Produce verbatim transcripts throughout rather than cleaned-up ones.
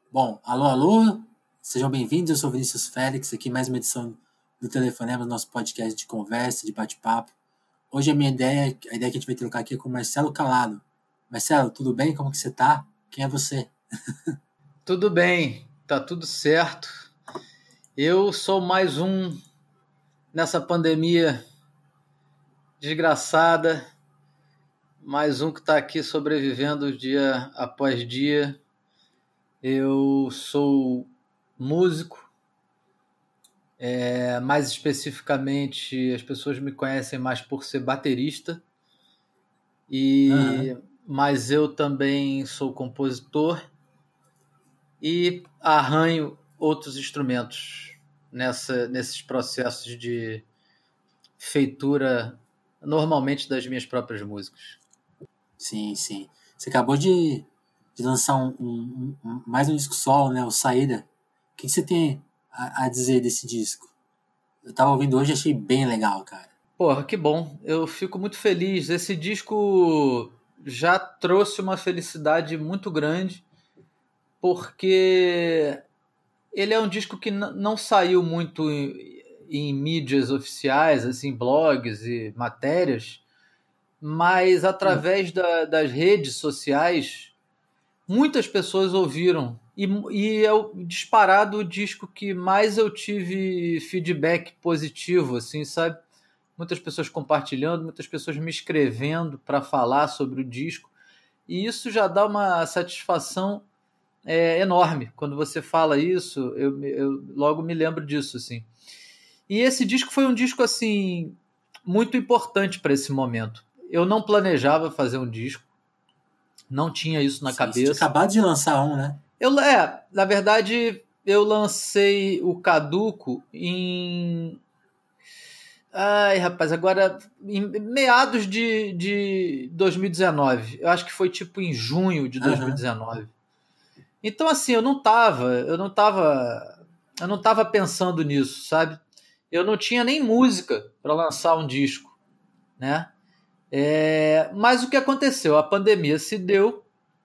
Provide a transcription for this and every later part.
Bom, alô, alô, sejam bem-vindos, eu sou Vinícius Félix, aqui mais uma edição do Telefonema, nosso podcast de conversa, de bate-papo. Hoje a minha ideia, a ideia que a gente vai trocar aqui é com o Marcelo Calado. Marcelo, tudo bem? Como que você tá? Quem é você? Tudo bem, tá tudo certo. Eu sou mais um nessa pandemia desgraçada, mais um que está aqui sobrevivendo dia após dia. Eu sou músico, é, mais especificamente as pessoas me conhecem mais por ser baterista, e Aham. mas eu também sou compositor e arranho outros instrumentos nessa, nesses processos de feitura, normalmente das minhas próprias músicas. Sim, sim. Você acabou de, de lançar um, um- um- mais um disco solo, né? O Saída. O que você tem a, a dizer desse disco? Eu tava ouvindo hoje e achei bem legal, cara. Porra, que bom. Eu fico muito feliz. Esse disco já trouxe uma felicidade muito grande, porque ele é um disco que n- não saiu muito em, em mídias oficiais, assim, blogs e matérias, mas Hum, através da- das redes sociais muitas pessoas ouviram. E, e é o disparado o disco que mais eu tive feedback positivo, assim, sabe? Muitas pessoas compartilhando, muitas pessoas me escrevendo para falar sobre o disco. E isso já dá uma satisfação é, enorme. Quando você fala isso, eu, eu logo me lembro disso, assim. E esse disco foi um disco, assim, muito importante para esse momento. Eu não planejava fazer um disco, não tinha isso na sim, você tinha cabeça. acabado de lançar um, né? Eu, é, na verdade, eu lancei o Caduco em. Ai, rapaz, agora em meados de, de dois mil e dezenove. Eu acho que foi tipo em junho de Aham. dois mil e dezenove. Então, assim, eu não tava, eu não tava, eu não tava pensando nisso, sabe? Eu não tinha nem música para lançar um disco, né? É, mas o que aconteceu? A pandemia se deu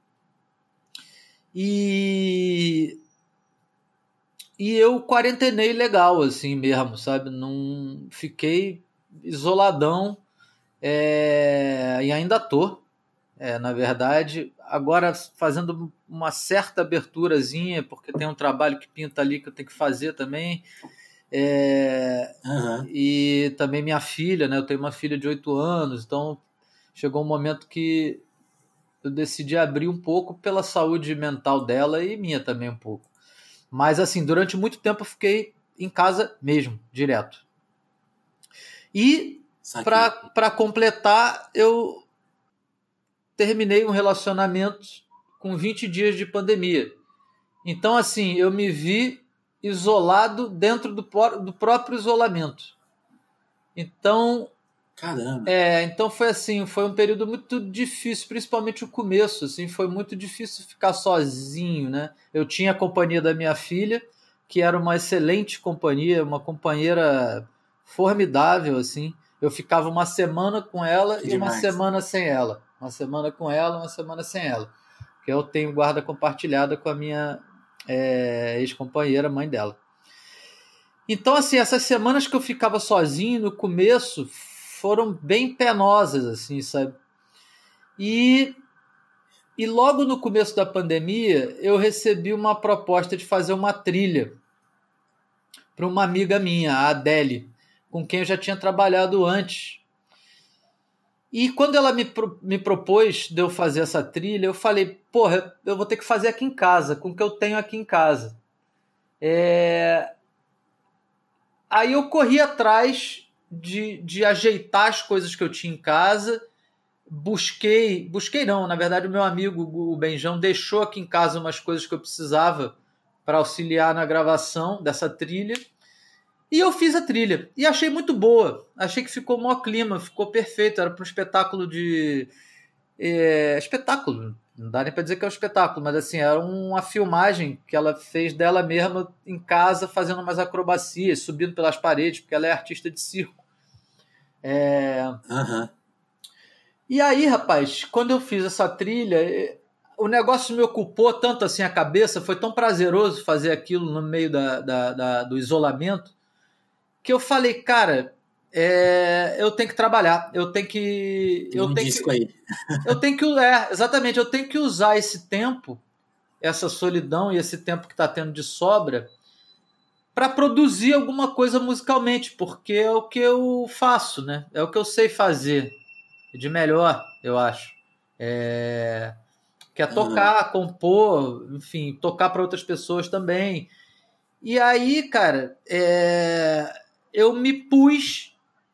e E eu quarentenei legal, assim mesmo, sabe? Não fiquei isoladão, é, e ainda tô, é, na verdade, agora fazendo uma certa aberturazinha, porque tem um trabalho que pinta ali que eu tenho que fazer também, é, Aham. e também minha filha, né? Eu tenho uma filha de oito anos, então chegou um momento que eu decidi abrir um pouco pela saúde mental dela e minha também um pouco. Mas assim, durante muito tempo eu fiquei em casa mesmo, direto. E Saquei. para completar, eu terminei um relacionamento com vinte dias de pandemia. Então, assim, eu me vi isolado dentro do, do próprio isolamento. Então, Caramba. é, então foi assim, foi um período muito difícil, principalmente o começo, assim, foi muito difícil ficar sozinho, né? Eu tinha a companhia da minha filha, que era uma excelente companhia, uma companheira formidável, assim. Eu ficava uma semana com ela Que e uma demais. semana sem ela, uma semana com ela, uma semana sem ela, porque eu tenho guarda compartilhada com a minha é, ex-companheira, mãe dela. Então, assim, essas semanas que eu ficava sozinho no começo foram bem penosas, assim, sabe? E, e logo no começo da pandemia, eu recebi uma proposta de fazer uma trilha para uma amiga minha, a Adele, com quem eu já tinha trabalhado antes. E quando ela me, pro, me propôs de eu fazer essa trilha, eu falei, porra, eu vou ter que fazer aqui em casa, com o que eu tenho aqui em casa. É, Aí eu corri atrás de, de ajeitar as coisas que eu tinha em casa. Busquei, busquei não, na verdade o meu amigo, o Benjão, deixou aqui em casa umas coisas que eu precisava para auxiliar na gravação dessa trilha. E eu fiz a trilha. E achei muito boa. Achei que ficou o maior clima, ficou perfeito. Era para um espetáculo de. É, espetáculo. Não dá nem para dizer que é um espetáculo, mas assim, era uma filmagem que ela fez dela mesma em casa, fazendo umas acrobacias, subindo pelas paredes, porque ela é artista de circo. É... Aham. E aí, rapaz, quando eu fiz essa trilha, o negócio me ocupou tanto assim a cabeça, foi tão prazeroso fazer aquilo no meio da, da, da- do isolamento, que eu falei, cara, é, eu tenho que trabalhar, eu tenho que. Tem Eu um tenho disco que. aí. Eu tenho que. É, exatamente, eu tenho que usar esse tempo, essa solidão e esse tempo que está tendo de sobra, para produzir alguma coisa musicalmente, porque é o que eu faço, né? É o que eu sei fazer de melhor, eu acho. É, que é Aham. tocar, compor, enfim, tocar para outras pessoas também. E aí, cara, é, eu me pus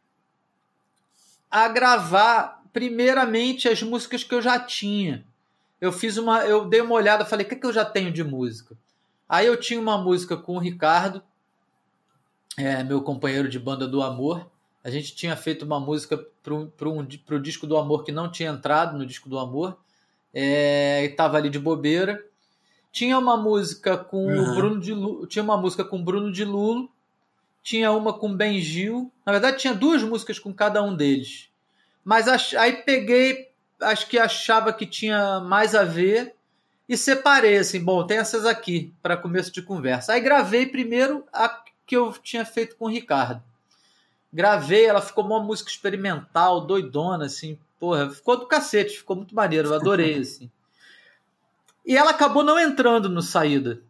a gravar primeiramente as músicas que eu já tinha. Eu fiz uma, eu dei uma olhada, falei, o que, é que eu já tenho de música? Aí eu tinha uma música com o Ricardo, é, meu companheiro de banda do Amor. A gente tinha feito uma música para um, o disco do Amor que não tinha entrado no disco do Amor, é, e estava ali de bobeira. Tinha uma música com o Aham. Bruno de Lulo, tinha uma música com Bruno de Lulo, tinha uma com Ben Gil. Na verdade, tinha duas músicas com cada um deles. Mas ach, aí peguei, acho que achava que tinha mais a ver e separei assim, bom, tem essas aqui para começo de conversa. Aí gravei primeiro a que eu tinha feito com o Ricardo. Gravei, ela ficou uma música experimental, doidona, assim, porra, ficou do cacete, ficou muito maneiro, eu adorei, assim. E ela acabou não entrando no Saída.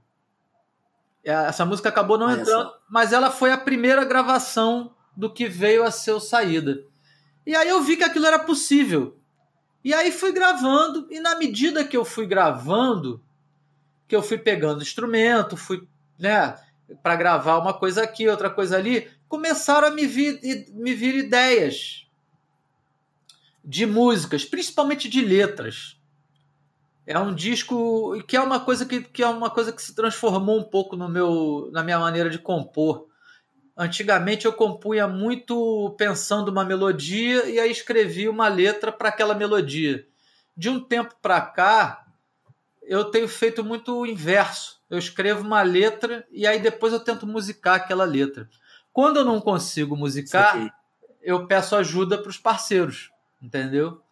Essa música acabou não Olha entrando, só. mas ela foi a primeira gravação do que veio a ser o Saída. E aí eu vi que aquilo era possível. E aí fui gravando, e na medida que eu fui gravando, que eu fui pegando instrumento, fui, né, para gravar uma coisa aqui, outra coisa ali, começaram a me vir, me vir ideias de músicas, principalmente de letras. É um disco que é uma coisa que, que é uma coisa que se transformou um pouco no meu, na minha maneira de compor. Antigamente eu compunha muito pensando uma melodia e aí escrevia uma letra para aquela melodia. De um tempo para cá, eu tenho feito muito o inverso. Eu escrevo uma letra e aí depois eu tento musicar aquela letra. Quando eu não consigo musicar, Saquei. eu peço ajuda para os parceiros, entendeu?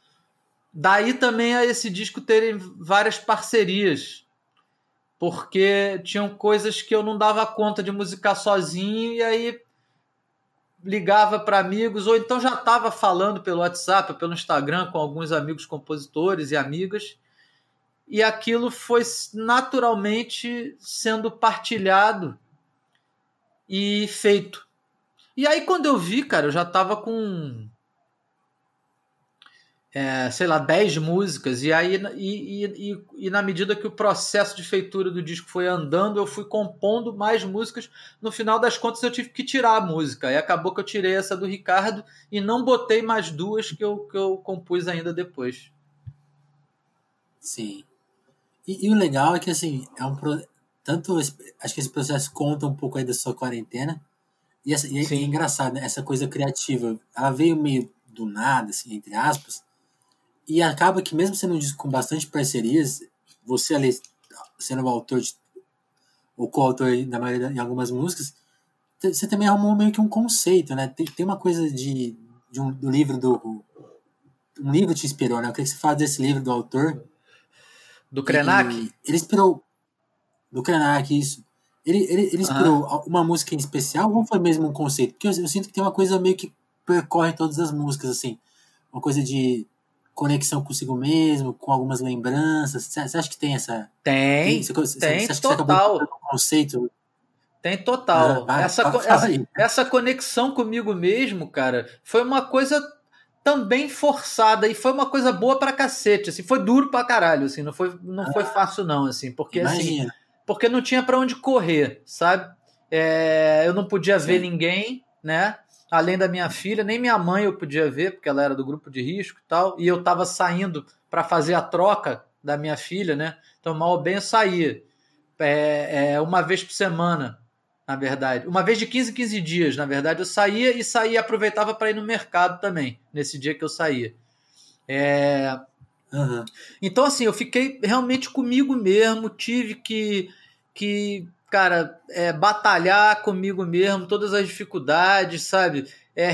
Daí também a esse disco terem várias parcerias, porque tinham coisas que eu não dava conta de musicar sozinho e aí ligava para amigos, ou então já estava falando pelo WhatsApp, pelo Instagram com alguns amigos compositores e amigas, e aquilo foi naturalmente sendo partilhado e feito. E aí quando eu vi, cara, eu já estava com, é, sei lá, dez músicas, e aí e, e, e, e na medida que o processo de feitura do disco foi andando, eu fui compondo mais músicas. No final das contas eu tive que tirar a música, e acabou que eu tirei essa do Ricardo e não botei mais duas que eu, que eu compus ainda depois. Sim. E, e o legal é que, assim, é um pro... tanto esse- acho que esse processo conta um pouco aí da sua quarentena. E, essa, e, é, e é Sim, engraçado, né? Essa coisa criativa, ela veio meio do nada, assim, entre aspas. E acaba que mesmo sendo um disco com bastante parcerias, você ali sendo o autor de, ou coautor na maioria, em algumas músicas, te- você também arrumou meio que um conceito, né? Tem, tem uma coisa de, de um, do livro do... Um livro te inspirou, né? O que que você fala desse livro do autor? do Krenak. E ele inspirou do Krenak, isso. Ele, ele, ele Aham. inspirou uma música em especial ou foi mesmo um conceito? Porque eu, eu sinto que tem uma coisa meio que percorre todas as músicas, assim. Uma coisa de conexão consigo mesmo, com algumas lembranças. Você acha que tem essa... Tem, Tem, você, você tem acha que você acabou encontrando total. um conceito? Tem Ah, total. vai, Essa, fala, co- fala essa, aí. essa conexão comigo mesmo, cara, foi uma coisa também forçada e foi uma coisa boa pra cacete, assim, foi duro pra caralho, assim, não foi, não foi Ah, fácil não, assim, porque assim, imagina. porque não tinha pra onde correr, sabe? É, eu não podia ver Sim. ninguém, né? Além da minha filha, nem minha mãe eu podia ver, porque ela era do grupo de risco e tal, e eu tava saindo pra fazer a troca da minha filha, né? Então, mal ou bem eu saía é, é, uma vez por semana, na verdade. Uma vez de quinze em quinze dias, na verdade, eu saía e saía, aproveitava para ir no mercado também, nesse dia que eu saía. É, Aham. então, assim, eu fiquei realmente comigo mesmo, tive que, que cara, é, batalhar comigo mesmo, todas as dificuldades, sabe? É,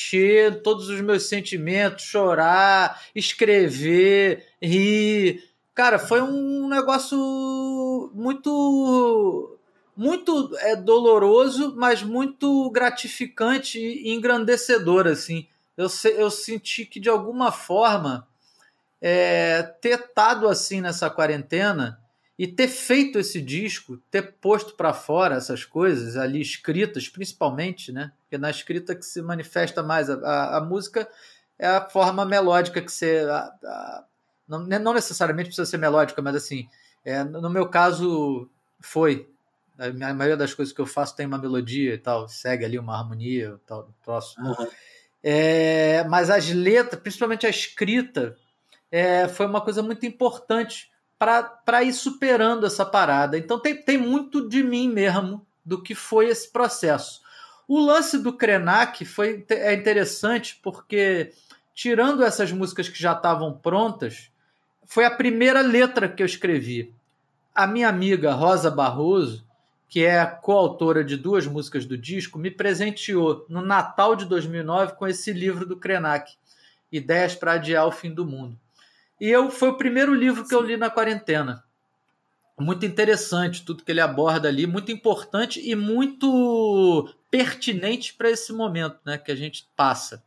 remexer todos os meus sentimentos, chorar, escrever, rir. Cara, foi um negócio muito, muito é, doloroso, mas muito gratificante e engrandecedor, assim. Eu, eu senti que, de alguma forma, é, ter estado assim nessa quarentena e ter feito esse disco, ter posto para fora essas coisas ali escritas, principalmente, né? Porque na escrita que se manifesta mais a, a, a música é a forma melódica que você a, a, não, não necessariamente precisa ser melódica, mas assim, é, no meu caso foi. A maioria das coisas que eu faço tem uma melodia e tal, segue ali uma harmonia, tal, um troço. Uhum. É, mas as letras, principalmente a escrita, é, foi uma coisa muito importante para ir superando essa parada. Então tem, tem muito de mim mesmo, do que foi esse processo. O lance do Krenak foi, é interessante porque, tirando essas músicas que já estavam prontas, foi a primeira letra que eu escrevi. A minha amiga Rosa Barroso, que é a coautora de duas músicas do disco, me presenteou no Natal de dois mil e nove com esse livro do Krenak, Ideias para Adiar o Fim do Mundo. E eu, foi o primeiro livro que eu li na quarentena. Muito interessante tudo que ele aborda ali, muito importante e muito pertinente para esse momento, né, que a gente passa.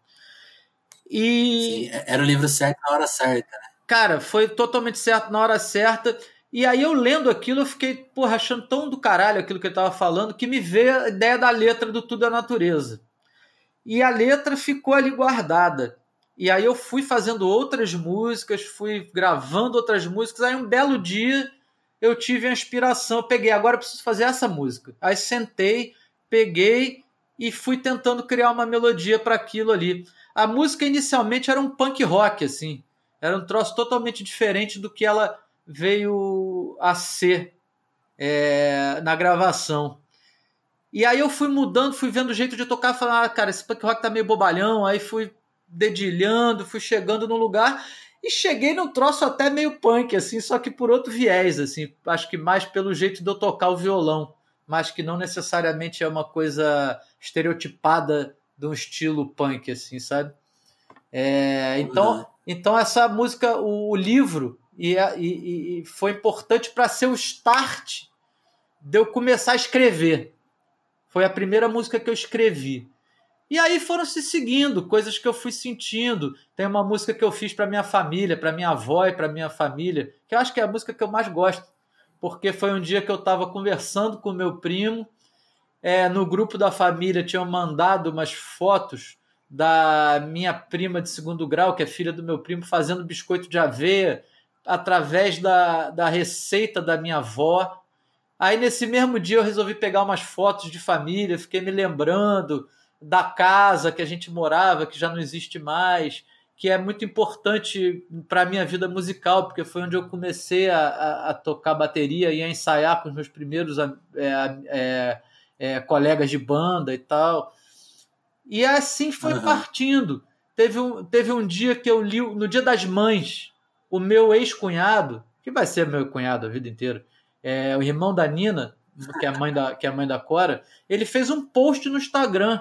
E, sim, era o livro certo na hora certa, né? Cara, foi totalmente certo na hora certa. E aí eu lendo aquilo, eu fiquei, porra, achando tão do caralho aquilo que ele estava falando, que me veio a ideia da letra do Tudo é Natureza. E a letra ficou ali guardada. E aí eu fui fazendo outras músicas, fui gravando outras músicas. Aí um belo dia eu tive a inspiração, eu peguei, agora eu preciso fazer essa música. Aí sentei, peguei e fui tentando criar uma melodia para aquilo ali. A música inicialmente era um punk rock, assim. Era um troço totalmente diferente do que ela veio a ser é, na gravação. E aí eu fui mudando, fui vendo o jeito de tocar, falando, ah, cara, esse punk rock tá meio bobalhão. Aí fui dedilhando, fui chegando no lugar e cheguei num troço até meio punk, assim, só que por outro viés, assim. Acho que mais pelo jeito de eu tocar o violão, mas que não necessariamente é uma coisa estereotipada de um estilo punk, assim, sabe? É, então, uhum. então essa música, o, o livro, e, e, e foi importante para ser o start de eu começar a escrever. Foi a primeira música que eu escrevi. E aí foram se seguindo, coisas que eu fui sentindo. Tem uma música que eu fiz para minha família, para minha avó e para minha família, que eu acho que é a música que eu mais gosto, porque foi um dia que eu estava conversando com meu primo, é, no grupo da família tinham mandado umas fotos da minha prima de segundo grau, que é filha do meu primo, fazendo biscoito de aveia através da, da receita da minha avó. Aí nesse mesmo dia eu resolvi pegar umas fotos de família, fiquei me lembrando da casa que a gente morava, que já não existe mais, que é muito importante para a minha vida musical, porque foi onde eu comecei a, a, a tocar bateria e a ensaiar com os meus primeiros é, é, é, colegas de banda e tal. E assim foi uhum. partindo. Teve um, teve um dia que eu li, no Dia das Mães, o meu ex-cunhado, que vai ser meu cunhado a vida inteira, é, o irmão da Nina, que é a mãe da, que é a mãe da Cora, ele fez um post no Instagram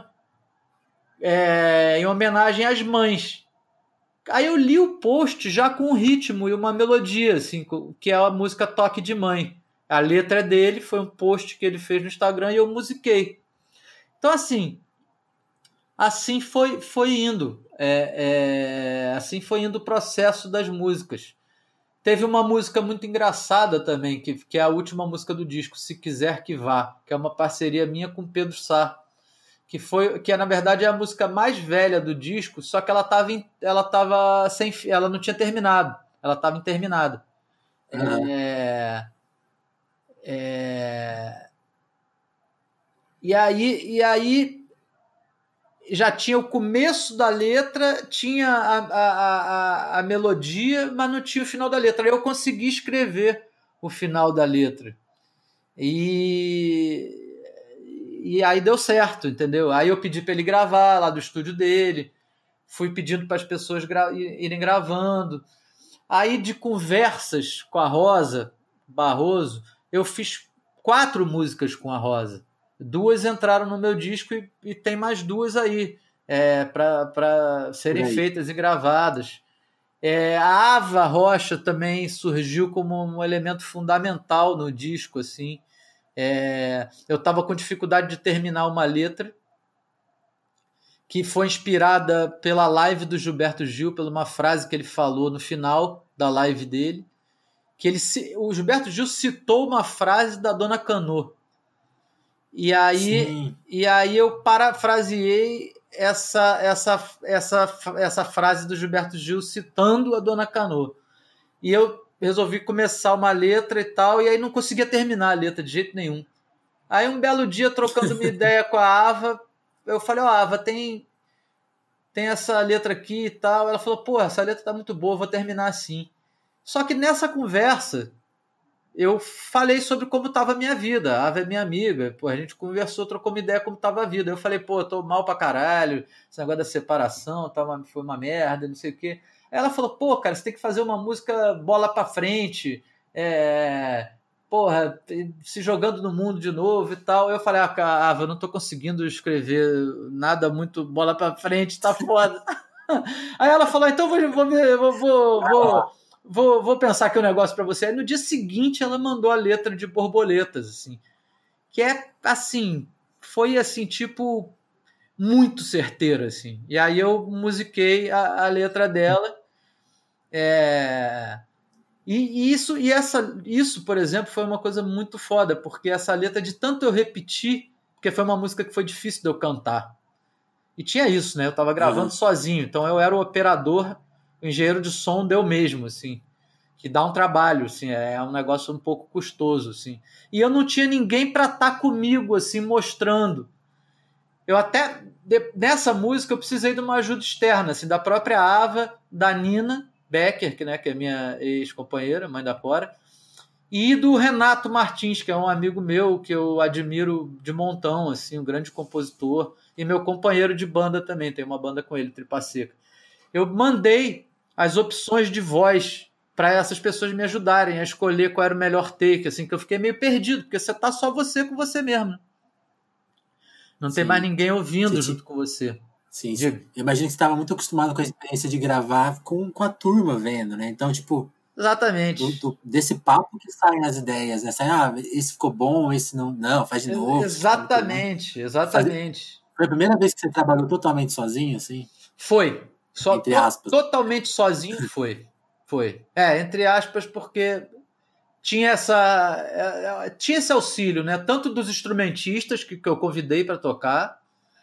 é, em homenagem às mães. Aí eu li o post já com um ritmo e uma melodia, assim, que é a música Toque de Mãe. A letra é dele, foi um post que ele fez no Instagram e eu musiquei. Então, assim, assim foi, foi indo. É, é, assim foi indo o processo das músicas. Teve uma música muito engraçada também, que, que é a última música do disco, Se Quiser Que Vá, que é uma parceria minha com Pedro Sá, que foi, que é, na verdade é a música mais velha do disco, só que ela tava, ela tava sem, ela não tinha terminado, ela estava interminada. Uhum. É, é, e aí, e aí já tinha o começo da letra, tinha a, a, a, a melodia, mas não tinha o final da letra. Aí eu consegui escrever o final da letra. E, e aí deu certo, entendeu? Aí eu pedi para ele gravar lá do estúdio dele, fui pedindo para as pessoas gra- irem gravando. Aí de conversas com a Rosa Barroso, eu fiz quatro músicas com a Rosa. Duas entraram no meu disco e, e tem mais duas aí é, para serem feitas e gravadas. É, a Ava Rocha também surgiu como um elemento fundamental no disco, assim. É, eu estava com dificuldade de terminar uma letra que foi inspirada pela live do Gilberto Gil, pela uma frase que ele falou no final da live dele, que ele, o Gilberto Gil citou uma frase da Dona Canô. E aí, e aí eu parafraseei essa, essa, essa, essa frase do Gilberto Gil citando a Dona Canô. E eu resolvi começar uma letra e tal, e aí não conseguia terminar a letra de jeito nenhum. Aí um belo dia, trocando uma ideia com a Ava, eu falei, ó, oh, Ava, tem, tem essa letra aqui e tal. Ela falou, pô, essa letra tá muito boa, vou terminar assim. Só que nessa conversa, eu falei sobre como estava a minha vida. A Ava é minha amiga, pô, a gente conversou, trocou uma ideia como estava a vida. Eu falei, pô, eu tô mal pra caralho, esse negócio da separação tá uma, foi uma merda, não sei o quê. Aí ela falou, pô, cara, você tem que fazer uma música bola pra frente, é... porra, se jogando no mundo de novo e tal. Eu falei, ah, Ava, eu não tô conseguindo escrever nada muito bola pra frente, tá foda. Aí ela falou, então vou, vou, vou, vou, vou, vou, vou pensar aqui um negócio pra você. Aí no dia seguinte ela mandou a letra de Borboletas, assim, que é, assim, foi assim, tipo, muito certeiro, assim. E aí eu musiquei a, a letra dela. É... E, isso, e essa, isso, por exemplo, foi uma coisa muito foda, porque essa letra, de tanto eu repetir, porque foi uma música que foi difícil de eu cantar. E tinha isso, né? Eu tava gravando uhum. sozinho, então eu era o operador, o engenheiro de som deu mesmo, assim, que dá um trabalho, assim, é um negócio um pouco custoso, assim. E eu não tinha ninguém para estar comigo, assim, mostrando. Eu até, nessa música, eu precisei de uma ajuda externa, assim, da própria Ava, da Nina Becker, que, né, que é minha ex-companheira, mãe da Cora, e do Renato Martins, que é um amigo meu que eu admiro de montão, assim, um grande compositor, e meu companheiro de banda também, tem uma banda com ele, Tripa Seca. Eu mandei as opções de voz para essas pessoas me ajudarem a escolher qual era o melhor take, assim, que eu fiquei meio perdido, porque você tá só você com você mesmo. Não sim. tem mais ninguém ouvindo sim, junto sim. com você. Sim, sim. Eu imagino que você estava muito acostumado com a experiência de gravar com, com a turma vendo, né? Então, tipo... Exatamente. Do, do, desse papo que saem as ideias, né? Sai, ah, esse ficou bom, esse não... Não, faz de novo. Exatamente, exatamente. Foi a primeira vez que você trabalhou totalmente sozinho, assim? Foi. Só, entre aspas. To, totalmente sozinho foi. Foi. É, entre aspas, porque... Tinha, essa, tinha esse auxílio, né? Tanto dos instrumentistas que, que eu convidei para tocar,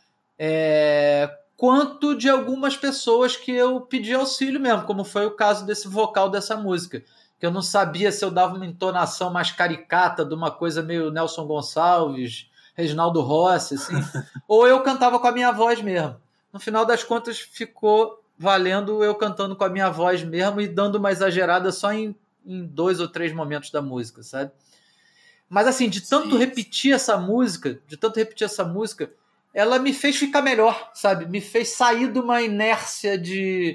é, quanto de algumas pessoas que eu pedi auxílio mesmo, como foi o caso desse vocal dessa música, que eu não sabia se eu dava uma entonação mais caricata de uma coisa meio Nelson Gonçalves, Reginaldo Rossi, assim, ou eu cantava com a minha voz mesmo. No final das contas, ficou valendo eu cantando com a minha voz mesmo e dando uma exagerada só em em dois ou três momentos da música, sabe? Mas assim, de tanto Sim. repetir essa música, de tanto repetir essa música, ela me fez ficar melhor, sabe? Me fez sair de uma inércia de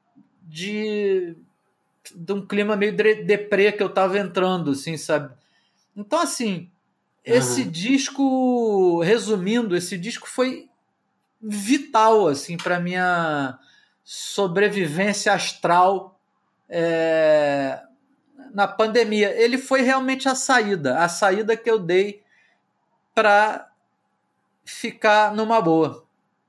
de, de um clima meio deprê que eu tava entrando, assim, sabe? Então, assim, esse uhum. disco, resumindo, esse disco foi vital, assim, para minha sobrevivência astral, é... na pandemia. Ele foi realmente a saída, a saída que eu dei para ficar numa boa.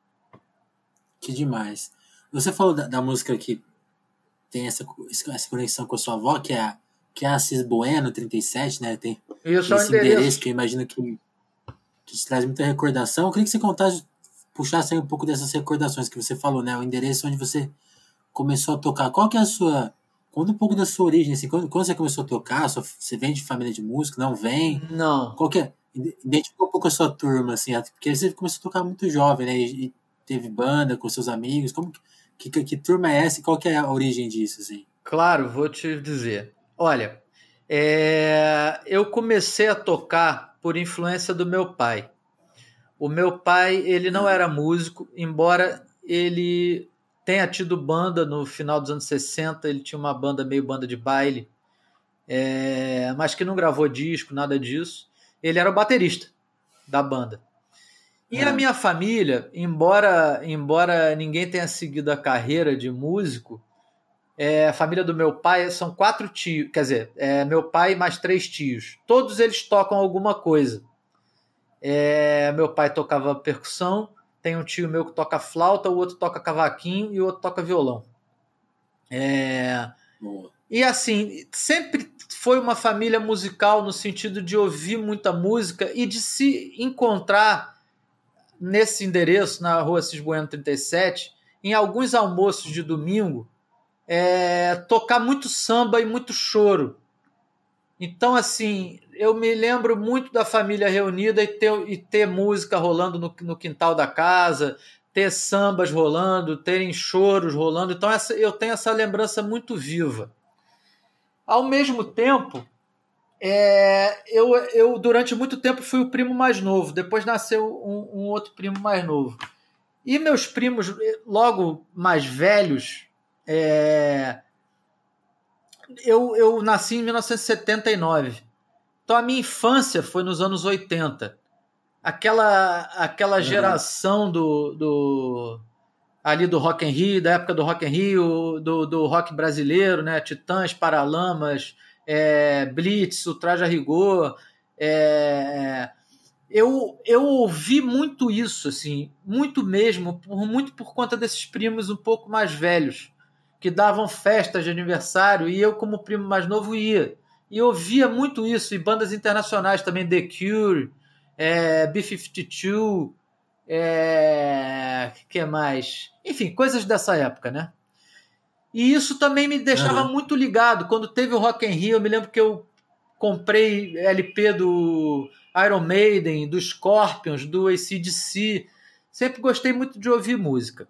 Que demais. Você falou da, da música que tem essa, essa conexão com a sua avó, que é a, que é a Assis Bueno, trinta e sete, né? Tem Isso, esse endereço. endereço que eu imagino que, que te traz muita recordação. Eu queria que você contasse, puxasse aí um pouco dessas recordações que você falou, né? O endereço onde você começou a tocar. Qual que é a sua... Conta um pouco da sua origem, assim, quando, quando você começou a tocar, você vem de família de músico, não vem? Não. Qual que é? Identifica um pouco a sua turma, assim, porque você começou a tocar muito jovem, né, e, e teve banda com seus amigos, como que, que, que turma é essa e qual que é a origem disso, assim? Claro, vou te dizer. Olha, é... eu comecei a tocar por influência do meu pai. O meu pai, ele não era músico, embora ele... tenha tido banda no final dos anos sessenta, ele tinha uma banda meio banda de baile, é, mas que não gravou disco, nada disso. Ele era o baterista da banda. E é. a minha família, embora, embora ninguém tenha seguido a carreira de músico, É, a família do meu pai são quatro tios, quer dizer, é, meu pai e mais três tios. Todos eles tocam alguma coisa. É, meu pai tocava percussão, tem um tio meu que toca flauta, o outro toca cavaquinho e o outro toca violão. É, e assim, sempre foi uma família musical no sentido de ouvir muita música e de se encontrar nesse endereço, na rua Assis Bueno trinta e sete, em alguns almoços de domingo, é, tocar muito samba e muito choro. Então, assim, eu me lembro muito da família reunida e ter, e ter música rolando no, no quintal da casa, ter sambas rolando, terem choros rolando. Então, essa, eu tenho essa lembrança muito viva. Ao mesmo tempo, é, eu, eu durante muito tempo fui o primo mais novo. Depois nasceu um, um outro primo mais novo. E meus primos, logo mais velhos, é, eu, eu nasci em mil novecentos e setenta e nove. Então a minha infância foi nos anos oitenta. Aquela, aquela geração do, do ali do Rock in Rio, da época do Rock in Rio, do, do rock brasileiro, né? Titãs, Paralamas, é, Blitz, o Traje a Rigor. É, eu, eu ouvi muito isso, assim, muito mesmo, por, muito por conta desses primos um pouco mais velhos, que davam festas de aniversário, e eu, como primo mais novo, ia. E eu ouvia muito isso, e bandas internacionais também, The Cure, é, B cinquenta e dois, é, que mais? Enfim, coisas dessa época, né? E isso também me deixava uhum. muito ligado. Quando teve o Rock in Rio, eu me lembro que eu comprei L P do Iron Maiden, do Scorpions, do A C D C. Sempre gostei muito de ouvir música.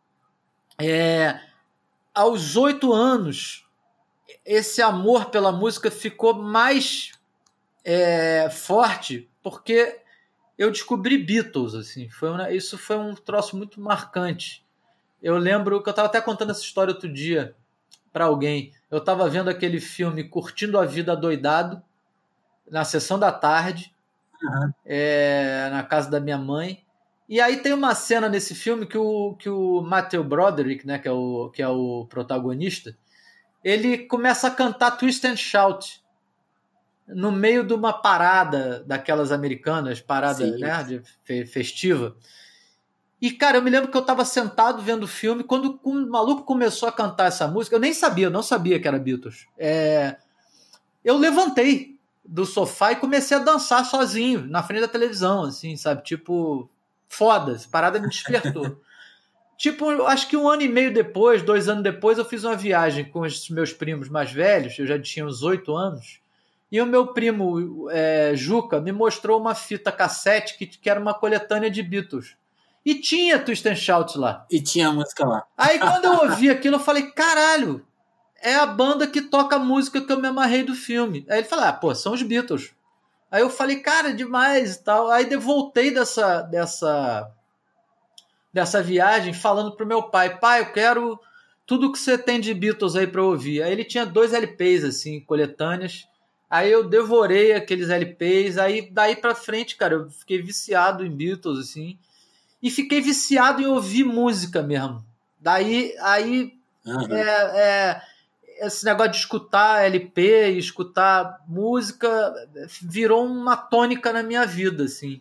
É, aos oito anos, esse amor pela música ficou mais é, forte, porque eu descobri Beatles. Assim, foi uma, isso foi um troço muito marcante. Eu lembro que eu estava até contando essa história outro dia para alguém. Eu estava vendo aquele filme Curtindo a Vida Adoidado, na sessão da tarde, uhum. é, na casa da minha mãe. E aí tem uma cena nesse filme que o, que o Matthew Broderick, né, que, é o, que é o protagonista, ele começa a cantar Twist and Shout no meio de uma parada daquelas americanas, parada, né, de fe- festiva. E, cara, eu me lembro que eu estava sentado vendo o filme, quando o maluco começou a cantar essa música, eu nem sabia, eu não sabia que era Beatles. É, eu levantei do sofá e comecei a dançar sozinho, na frente da televisão, assim, sabe? Tipo, foda, essa parada me despertou. Tipo, acho que um ano e meio depois, dois anos depois, eu fiz uma viagem com os meus primos mais velhos, eu já tinha uns oito anos, e o meu primo, é, Juca, me mostrou uma fita cassete que, que era uma coletânea de Beatles. E tinha Twist and Shout lá. E tinha a música lá. Aí quando eu ouvi aquilo, eu falei, caralho, é a banda que toca a música que eu me amarrei do filme. Aí ele falou, ah, pô, são os Beatles. Aí eu falei, cara, demais e tal. Aí eu voltei dessa, dessa, dessa viagem falando pro meu pai, pai, eu quero tudo que você tem de Beatles aí pra eu ouvir. Aí ele tinha dois L Ps, assim, coletâneas. Aí eu devorei aqueles L Ps. Aí daí pra frente, cara, eu fiquei viciado em Beatles, assim. E fiquei viciado em ouvir música mesmo. Daí, aí, uhum. é, é, esse negócio de escutar L P e escutar música virou uma tônica na minha vida, assim.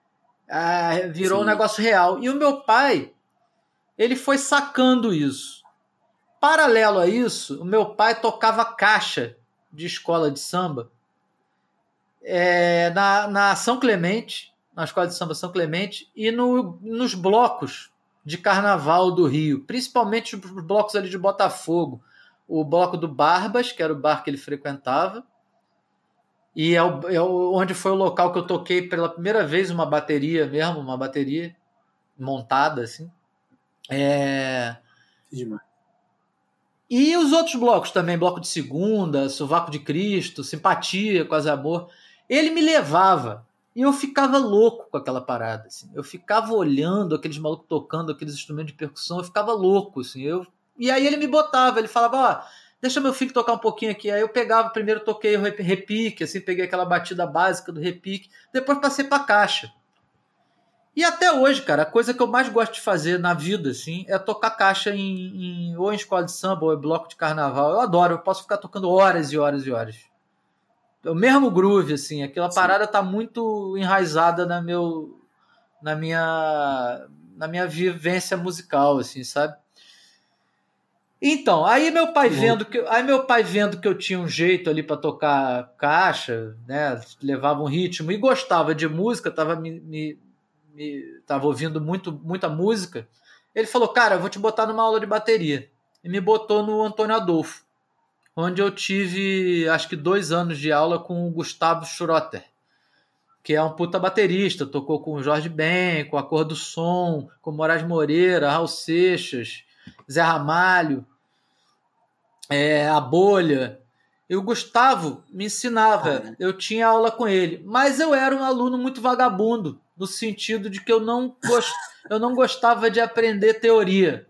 É, virou Sim. um negócio real. E o meu pai, ele foi sacando isso. Paralelo a isso, o meu pai tocava caixa de escola de samba é, na, na São Clemente, na Escola de Samba São Clemente, e no, nos blocos de carnaval do Rio, principalmente os blocos ali de Botafogo. O bloco do Barbas, que era o bar que ele frequentava, e é, o, é o, onde foi o local que eu toquei pela primeira vez uma bateria mesmo, uma bateria montada, assim. É... E os outros blocos também, Bloco de Segunda, Sovaco de Cristo, Simpatia, Quase Amor. Ele me levava e eu ficava louco com aquela parada, assim. Eu ficava olhando aqueles malucos tocando aqueles instrumentos de percussão, eu ficava louco, assim. Eu... E aí ele me botava, ele falava, ó, oh, deixa meu filho tocar um pouquinho aqui. Aí eu pegava, primeiro toquei o repique, assim, peguei aquela batida básica do repique, depois passei pra caixa. E até hoje, cara, a coisa que eu mais gosto de fazer na vida, assim, é tocar caixa em, em ou em escola de samba ou em bloco de carnaval. Eu adoro, eu posso ficar tocando horas e horas e horas. O mesmo groove, assim, aquela Sim. parada tá muito enraizada na, meu, na, minha, na minha vivência musical, assim, sabe? Então, aí meu pai vendo que, aí meu pai vendo que eu tinha um jeito ali para tocar caixa, né, levava um ritmo e gostava de música, tava me, me, me tava ouvindo muito muita música. Ele falou: "Cara, eu vou te botar numa aula de bateria". E me botou no Antônio Adolfo, onde eu tive acho que dois anos de aula com o Gustavo Schroeter, que é um puta baterista, tocou com o Jorge Ben, com a Cor do Som, com o Moraes Moreira, Raul Seixas, Zé Ramalho, é, a Bolha. E o Gustavo me ensinava, Cara, eu tinha aula com ele, mas eu era um aluno muito vagabundo, no sentido de que eu não, gost... eu não gostava de aprender teoria.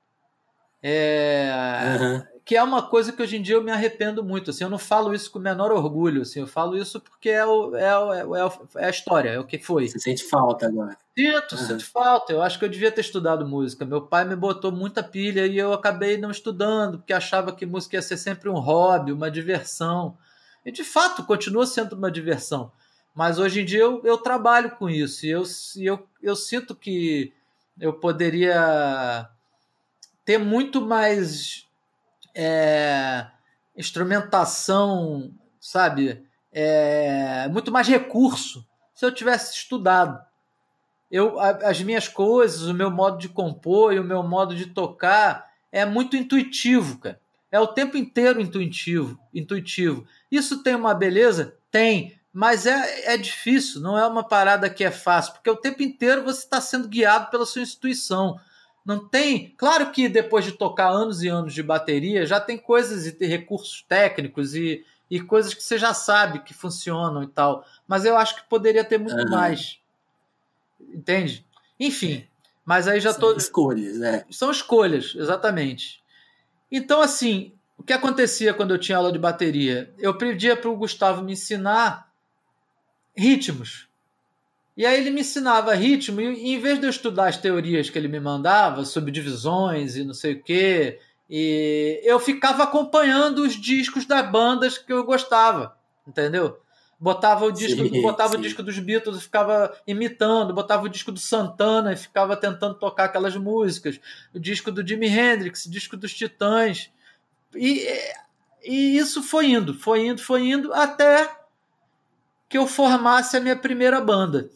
É... aham. Que é uma coisa que hoje em dia eu me arrependo muito. Assim, eu não falo isso com o menor orgulho. Assim, eu falo isso porque é, o, é, o, é, o, é a história, é o que foi. Você sente falta agora. Sinto, Aham. sinto falta. Eu acho que eu devia ter estudado música. Meu pai me botou muita pilha e eu acabei não estudando, porque achava que música ia ser sempre um hobby, uma diversão. E de fato continua sendo uma diversão. Mas hoje em dia eu, eu trabalho com isso. E eu, e eu, eu sinto que eu poderia ter muito mais é, instrumentação, sabe? É, muito mais recurso se eu tivesse estudado. Eu, as minhas coisas, o meu modo de compor e o meu modo de tocar é muito intuitivo, cara. É o tempo inteiro intuitivo, intuitivo. Isso tem uma beleza? Tem, mas é, é difícil, não é uma parada que é fácil, porque o tempo inteiro você está sendo guiado pela sua intuição. Não tem. Claro que depois de tocar anos e anos de bateria, já tem coisas e recursos técnicos e, e coisas que você já sabe que funcionam e tal. Mas eu acho que poderia ter muito Aham. mais. Entende? Enfim, mas aí já São tô. escolhas, né? São escolhas, exatamente. Então, assim, o que acontecia quando eu tinha aula de bateria? Eu pedia para o Gustavo me ensinar ritmos. E aí ele me ensinava ritmo, e em vez de eu estudar as teorias que ele me mandava, subdivisões e não sei o quê, e eu ficava acompanhando os discos das bandas que eu gostava, entendeu? Botava o disco, Sim, botava o sim. disco dos Beatles e ficava imitando, botava o disco do Santana e ficava tentando tocar aquelas músicas, o disco do Jimi Hendrix, o disco dos Titãs. E, e isso foi indo, foi indo, foi indo, até que eu formasse a minha primeira banda.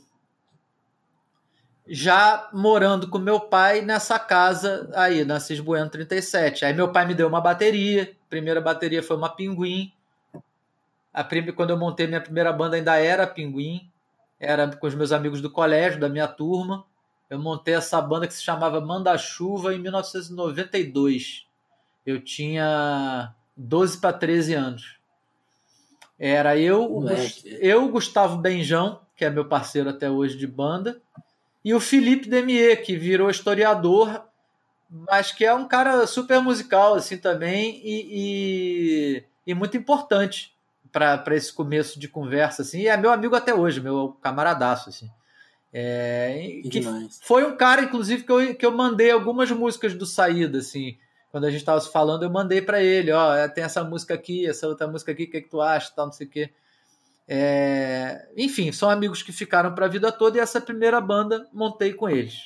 Já morando com meu pai nessa casa aí, na Cis Bueno trinta e sete. Aí meu pai me deu uma bateria, a primeira bateria foi uma Pinguim. A prim... Quando eu montei minha primeira banda ainda era Pinguim, era com os meus amigos do colégio, da minha turma. Eu montei essa banda que se chamava Manda-Chuva em mil novecentos e noventa e dois. Eu tinha doze para treze anos. Era eu, o, Gus... eu, o Gustavo Benjão, que é meu parceiro até hoje de banda, e o Felipe Demier, que virou historiador, mas que é um cara super musical assim também e, e, e muito importante para esse começo de conversa assim. E é meu amigo até hoje, meu camaradaço assim. É, Que que demais. foi um cara, inclusive, que eu, que eu mandei algumas músicas do Saída, assim. Quando a gente estava falando, eu mandei para ele, ó, tem essa música aqui, essa outra música aqui, o que, é que tu acha, tal, não sei o quê. É, enfim, são amigos que ficaram para a vida toda e essa primeira banda montei com eles.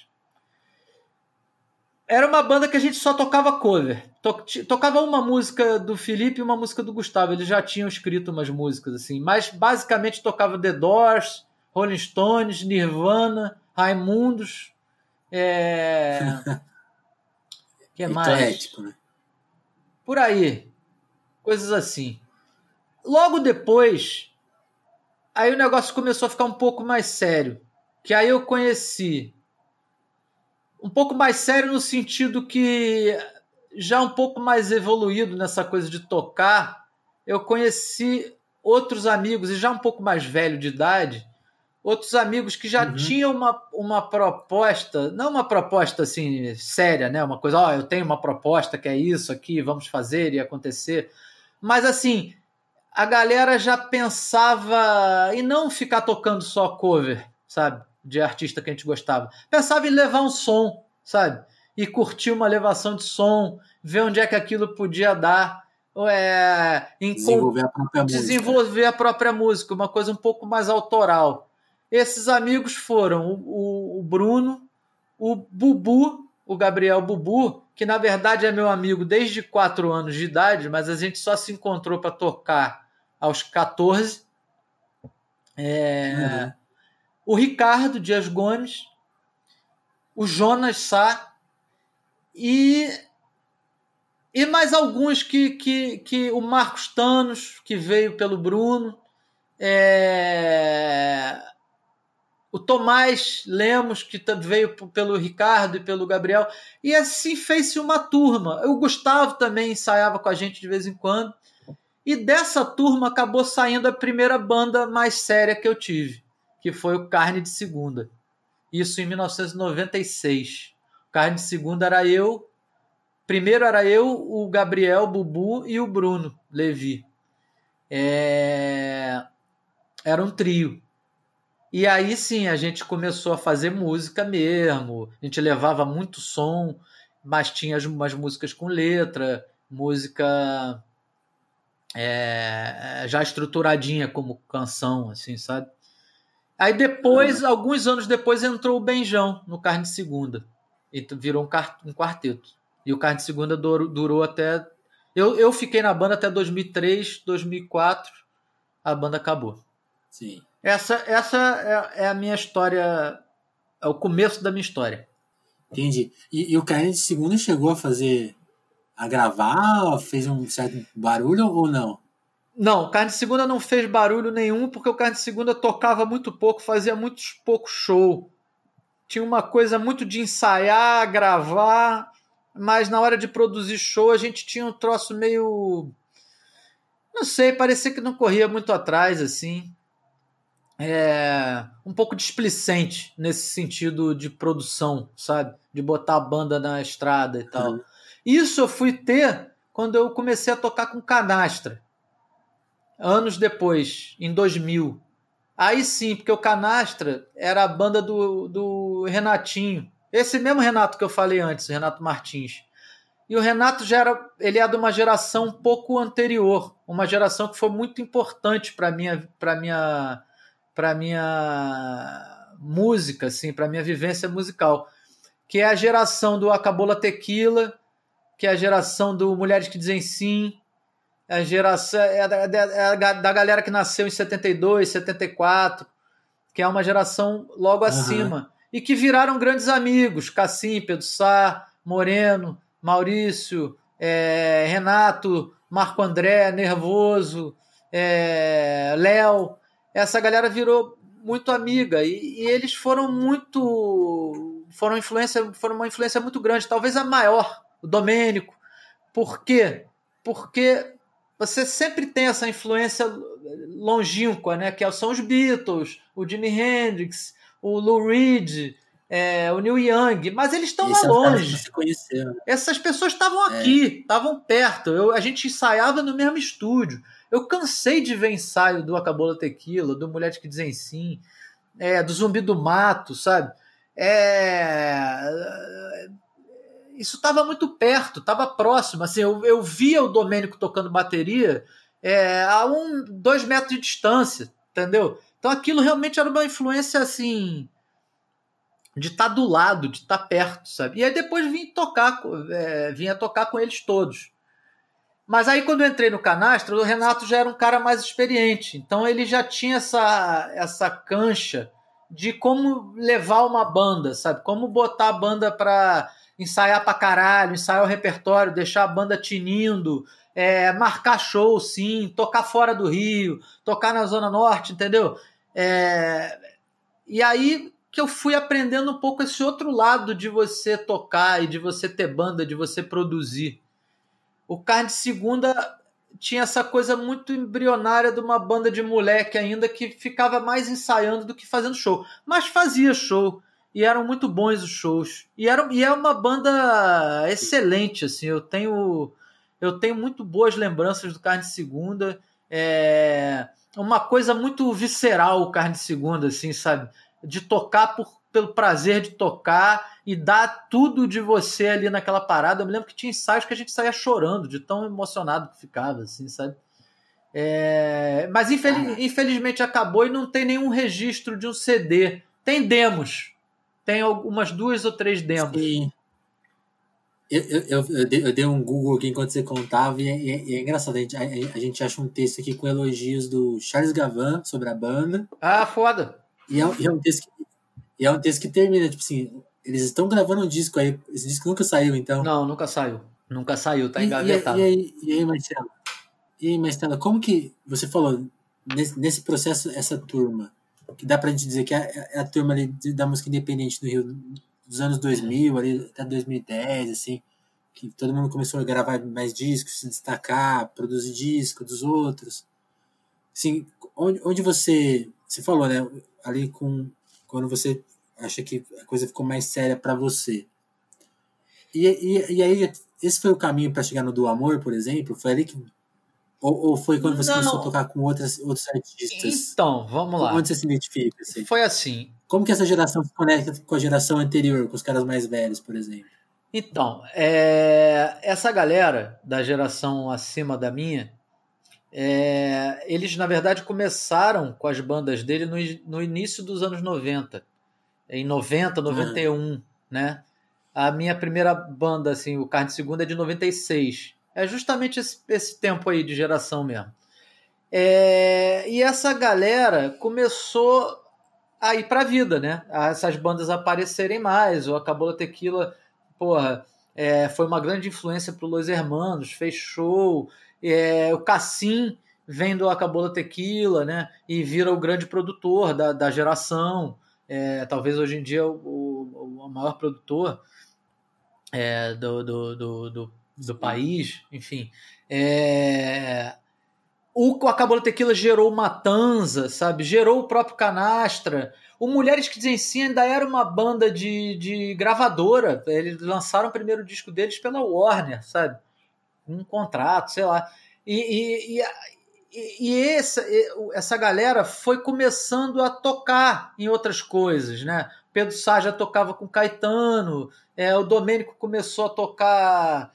Era uma banda que a gente só tocava cover. Tocava uma música do Felipe e uma música do Gustavo. Eles já tinham escrito umas músicas assim, mas basicamente tocava The Doors, Rolling Stones, Nirvana, Raimundos. É... que mais? Eclético, né? Por aí. Coisas assim. Logo depois, aí o negócio começou a ficar um pouco mais sério. Que aí eu conheci. Um pouco mais sério no sentido que já um pouco mais evoluído nessa coisa de tocar, eu conheci outros amigos, e já um pouco mais velho de idade, outros amigos que já Uhum. tinham uma, uma proposta, não uma proposta assim séria, né? Uma coisa, ó, oh, eu tenho uma proposta que é isso aqui, vamos fazer e acontecer. Mas assim, a galera já pensava em não ficar tocando só cover, sabe? de artista que a gente gostava. Pensava em levar um som, sabe? E curtir uma levação de som, ver onde é que aquilo podia dar. É, em desenvolver a própria desenvolver música. a própria música, uma coisa um pouco mais autoral. Esses amigos foram o, o, o Bruno, o Bubu, o Gabriel Bubu, que na verdade é meu amigo desde quatro anos de idade, mas a gente só se encontrou para tocar aos catorze. É, uhum. O Ricardo Dias Gomes, o Jonas Sá e, e mais alguns que, que, que o Marcos Thanos, que veio pelo Bruno, é, o Tomás Lemos, que veio pelo Ricardo e pelo Gabriel, e assim fez-se uma turma. O Gustavo também ensaiava com a gente de vez em quando, e dessa turma acabou saindo a primeira banda mais séria que eu tive, que foi o Carne de Segunda. Isso em mil novecentos e noventa e seis. O Carne de Segunda era eu, primeiro era eu, o Gabriel, o Bubu e o Bruno Levi. É... Era um trio. E aí sim, a gente começou a fazer música mesmo, a gente levava muito som, mas tinha umas músicas com letra, música é, já estruturadinha como canção, assim, sabe? Aí depois, uhum. alguns anos depois, entrou o Benjão no Carne de Segunda, e virou um, um quarteto. E o Carne de Segunda durou, durou até... Eu, eu fiquei na banda até dois mil e três, dois mil e quatro, a banda acabou. Sim. Essa, essa é, é a minha história, é o começo da minha história. Entendi. E, e o Carne de Segunda chegou a fazer, a gravar, fez um certo barulho ou não? Não, o Carne de Segunda não fez barulho nenhum, porque o Carne de Segunda tocava muito pouco, fazia muito pouco show. Tinha uma coisa muito de ensaiar, gravar, mas na hora de produzir show a gente tinha um troço meio... Não sei, parecia que não corria muito atrás, assim. É, um pouco displicente nesse sentido de produção, sabe? De botar a banda na estrada e tal. Uhum. Isso eu fui ter quando eu comecei a tocar com Canastra. Anos depois, em dois mil. Aí sim, porque o Canastra era a banda do, do Renatinho. Esse mesmo Renato que eu falei antes, o Renato Martins. E o Renato já era, ele é de uma geração um pouco anterior. Uma geração que foi muito importante para minha... Pra minha para minha música, assim, para minha vivência musical, que é a geração do Acabola Tequila, que é a geração do Mulheres que Dizem Sim, é a geração é da, é da galera que nasceu em setenta e dois, setenta e quatro, que é uma geração logo uhum. acima, e que viraram grandes amigos, Cassim, Pedro Sá, Moreno, Maurício, é, Renato, Marco André, Nervoso, é, Léo. Essa galera virou muito amiga e, e eles foram muito foram influência foram uma influência muito grande, talvez a maior, o Domênico. Por quê? Porque você sempre tem essa influência longínqua, né? Que são os Beatles, o Jimi Hendrix, o Lou Reed, é, o Neil Young, mas eles estão lá longe. Se conheceram. Essas pessoas estavam aqui, estavam é. perto. Eu, a gente ensaiava no mesmo estúdio. Eu cansei de ver ensaio do Acabola Tequila, do Mulheres que Dizem Sim, é, do Zumbi do Mato, sabe? É... Isso estava muito perto, estava próximo. Assim, eu, eu via o Domênico tocando bateria é, a um, dois metros de distância, entendeu? Então aquilo realmente era uma influência assim, de estar do lado, de estar perto, sabe? E aí depois vim tocar, é, vinha tocar com eles todos. Mas aí quando eu entrei no Canastra, o Renato já era um cara mais experiente. Então ele já tinha essa, essa cancha de como levar uma banda, sabe? Como botar a banda para ensaiar pra caralho, ensaiar o repertório, deixar a banda tinindo, é, marcar show, sim, tocar fora do Rio, tocar na Zona Norte, entendeu? É, e aí que eu fui aprendendo um pouco esse outro lado de você tocar e de você ter banda, de você produzir. O Carne de Segunda tinha essa coisa muito embrionária de uma banda de moleque ainda que ficava mais ensaiando do que fazendo show. Mas fazia show. E eram muito bons os shows. E, era, e é uma banda excelente, assim. Eu tenho, eu tenho muito boas lembranças do Carne de Segunda. É uma coisa muito visceral o Carne de Segunda, assim, sabe? de tocar por, pelo prazer de tocar e dar tudo de você ali naquela parada. Eu me lembro que tinha ensaios que a gente saía chorando de tão emocionado que ficava, assim, sabe? É, mas infeliz, ah. infelizmente acabou e não tem nenhum registro de um C D. Tem demos. Tem algumas duas ou três demos. Sim. Eu, eu, eu, eu, dei, eu dei um Google aqui enquanto você contava e é, é, é engraçado. A gente, a, a gente acha um texto aqui com elogios do Charles Gavan sobre a banda. Ah, foda! E é, e é, um, texto que, e é um texto que termina, tipo assim, eles estão gravando um disco aí. Esse disco nunca saiu, então. Não, nunca saiu. Nunca saiu, tá e, engavetado. E, e, aí, e aí, Marcelo? E aí, Marcelo, como que você falou nesse, nesse processo, essa turma, que dá pra gente dizer que é, é a turma ali da música independente do Rio dos anos dois mil, ali até dois mil e dez, assim, que todo mundo começou a gravar mais discos, se destacar, produzir disco dos outros. Assim, onde, onde você, você falou, né, ali com, quando você acha que a coisa ficou mais séria para você. E, e, e aí, esse foi o caminho para chegar no Do Amor, por exemplo? Foi ali que... Ou, ou foi quando você Não. começou a tocar com outras, outros artistas? Então, vamos lá. Onde você se identifica? Assim? Foi assim. Como que essa geração se conecta com a geração anterior, com os caras mais velhos, por exemplo? Então, é, essa galera da geração acima da minha, é, eles, na verdade, começaram com as bandas dele no, no início dos anos noventa. Em noventa, noventa e um, ah. né? A minha primeira banda, assim, o Carne de Segunda, é de noventa e seis. É justamente esse, esse tempo aí de geração mesmo. É, e essa galera começou a ir pra vida, né? Essas bandas aparecerem mais. O Acabou Tequila, porra, é, foi uma grande influência pro Los Hermanos, fez show. É, o Cassim vem do Acabou Tequila, né? E vira o grande produtor da, da geração. É, talvez hoje em dia o, o, o maior produtor é, do, do, do, do, do país, enfim. É, o Acabou Tequila gerou Matanza, sabe? Gerou o próprio Canastra. O Mulheres que Dizem Sim ainda era uma banda de, de gravadora. Eles lançaram o primeiro disco deles pela Warner, sabe? Um contrato, sei lá. E, e, e, e essa, essa galera foi começando a tocar em outras coisas, né? Pedro Sá já tocava com Caetano, é, o Domênico começou a tocar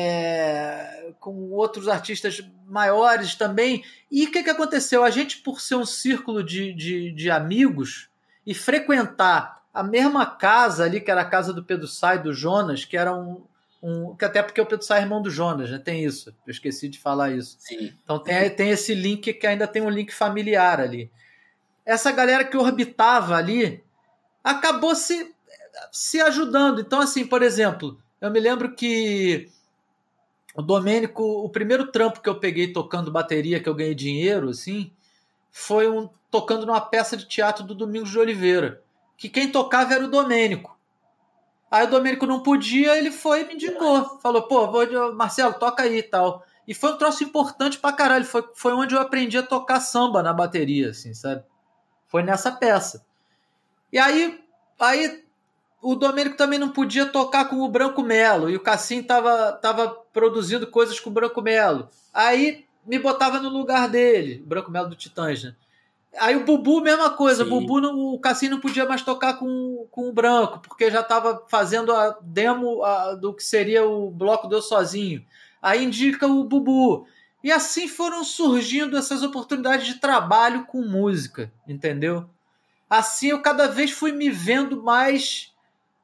é, com outros artistas maiores também. E o que, que aconteceu? A gente, por ser um círculo de, de, de amigos e frequentar a mesma casa ali, que era a casa do Pedro Sá e do Jonas, que era um... Um, que até porque o Pedro Sá é irmão do Jonas, né? Tem isso. Eu esqueci de falar isso. Sim. Então tem, tem esse link que ainda tem um link familiar ali. Essa galera que orbitava ali acabou se, se ajudando. Então, assim, por exemplo, eu me lembro que o Domênico, o primeiro trampo que eu peguei tocando bateria, que eu ganhei dinheiro, assim, foi um, tocando numa peça de teatro do Domingos de Oliveira, que quem tocava era o Domênico. Aí o Domênico não podia, ele foi e me indicou. Falou, pô, vou, Marcelo, toca aí e tal. E foi um troço importante pra caralho. Foi, foi onde eu aprendi a tocar samba na bateria, assim, sabe? Foi nessa peça. E aí, aí o Domênico também não podia tocar com o Branco Melo. E o Cassim tava, tava produzindo coisas com o Branco Melo. Aí me botava no lugar dele. O Branco Melo do Titãs, né? Aí o Bubu, mesma coisa. Sim. O Bubu, não, o Cassim não podia mais tocar com, com o Branco, porque já estava fazendo a demo a, do que seria o bloco do Eu Sozinho. Aí indica o Bubu. E assim foram surgindo essas oportunidades de trabalho com música, entendeu? Assim eu cada vez fui me vendo mais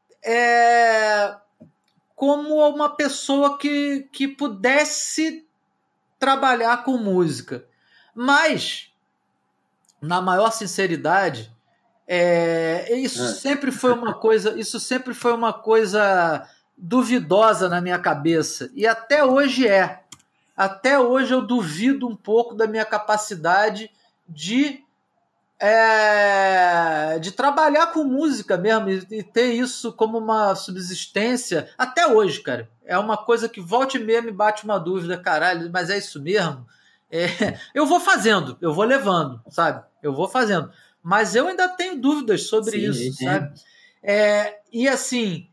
é, como uma pessoa que, que pudesse trabalhar com música. Mas... na maior sinceridade, é, isso é. sempre foi uma coisa, isso sempre foi uma coisa duvidosa na minha cabeça. E até hoje é. Até hoje eu duvido um pouco da minha capacidade de, é, de trabalhar com música mesmo e, e ter isso como uma subsistência. Até hoje, cara. É uma coisa que volta e meia me bate uma dúvida. Caralho, mas é isso mesmo? É, eu vou fazendo, eu vou levando, sabe? Eu vou fazendo. Mas eu ainda tenho dúvidas sobre Sim, isso, é. sabe? É, e assim,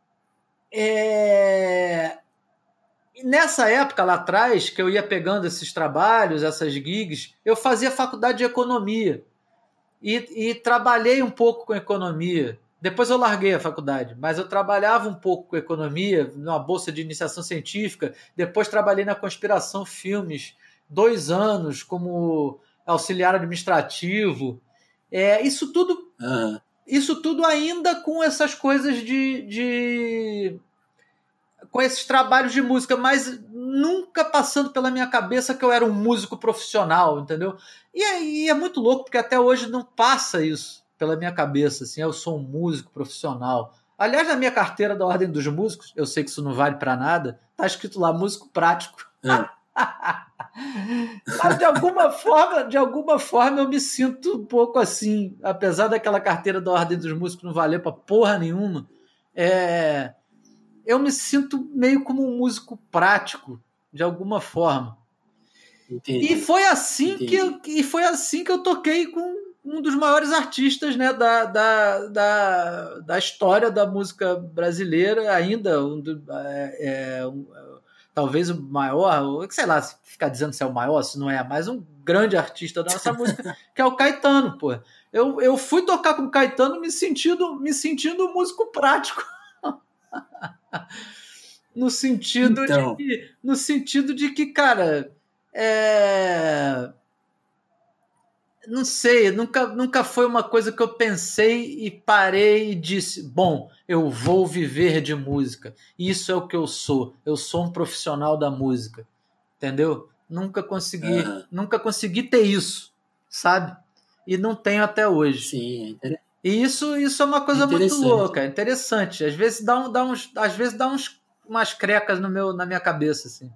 é, nessa época lá atrás, que eu ia pegando esses trabalhos, essas gigs, eu fazia faculdade de economia. e, e trabalhei um pouco com economia. Depois eu larguei a faculdade, mas eu trabalhava um pouco com economia, numa bolsa de iniciação científica. Depois trabalhei na Conspiração Filmes, dois anos como auxiliar administrativo. É, isso tudo, Aham. isso tudo ainda com essas coisas de, de com esses trabalhos de música, mas nunca passando pela minha cabeça que eu era um músico profissional, entendeu? E aí é muito louco, porque até hoje não passa isso pela minha cabeça, assim, eu sou um músico profissional. Aliás, na minha carteira da Ordem dos Músicos, eu sei que isso não vale para nada, tá escrito lá músico prático. Ah, Mas de alguma forma, de alguma forma eu me sinto um pouco assim, apesar daquela carteira da Ordem dos Músicos não valer para porra nenhuma. É, eu me sinto meio como um músico prático, de alguma forma. E entendi, foi assim que entendi. eu, e foi assim que eu toquei com um dos maiores artistas, né, da, da, da, da história da música brasileira, ainda um do, é, é, um, talvez o maior, ou, sei lá, se ficar dizendo se é o maior, se não é, mas um grande artista da nossa música, que é o Caetano, pô. Eu, eu fui tocar com o Caetano me sentindo, me sentindo um músico prático. No sentido de Então, que, no sentido de que, cara, é, não sei, nunca, nunca foi uma coisa que eu pensei e parei e disse, bom, eu vou viver de música. Isso é o que eu sou. Eu sou um profissional da música, entendeu? Nunca consegui, aham. nunca consegui ter isso, sabe? E não tenho até hoje. Sim, é inter- E isso, isso é uma é coisa muito interessante. louca, é interessante. Às vezes dá, um, dá uns, às vezes dá uns, umas crecas no meu, na minha cabeça, assim.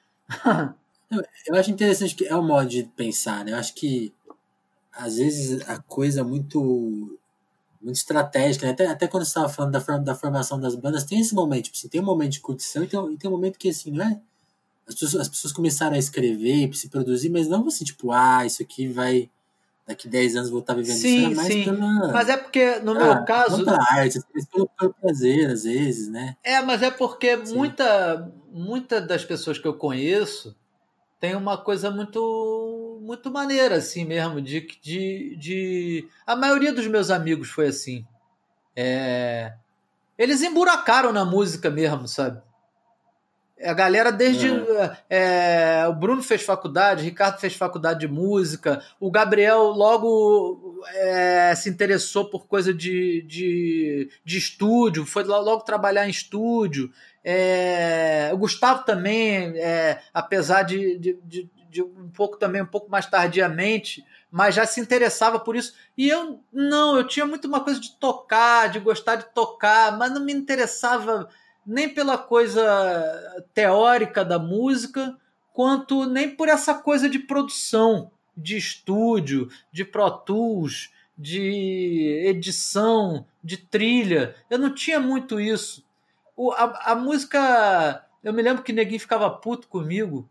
Eu, eu acho interessante que é um modo de pensar, né? Eu acho que às vezes a coisa é muito muito estratégica, né? Até, até quando você estava falando da, forma, da formação das bandas, tem esse momento, tipo assim, tem um momento de curtição e tem, e tem um momento que, assim, não é? As pessoas, as pessoas começaram a escrever, se produzir, mas não assim, tipo, ah, isso aqui vai, daqui dez anos vou estar vivendo isso. Era Sim, mais sim. Mas pela, é porque, no meu ah, não caso, pela arte, mas pelo, pelo prazer, às vezes, né? é, mas é porque Sim. muita, muita das pessoas que eu conheço tem uma coisa muito, muito maneira, assim mesmo, de, de, de... A maioria dos meus amigos foi assim. É, eles emburacaram na música mesmo, sabe? A galera desde. Aham. É, o Bruno fez faculdade, o Ricardo fez faculdade de música, o Gabriel logo é, se interessou por coisa de, de, de estúdio, foi logo trabalhar em estúdio. É, o Gustavo também, é, apesar de, de, de, de um pouco também, um pouco mais tardiamente, mas já se interessava por isso. E eu não, eu tinha muito uma coisa de tocar, de gostar de tocar, mas não me interessava nem pela coisa teórica da música, quanto nem por essa coisa de produção, de estúdio, de Pro Tools, de edição, de trilha. Eu não tinha muito isso. O, a, a música. Eu me lembro que Neguinho ficava puto comigo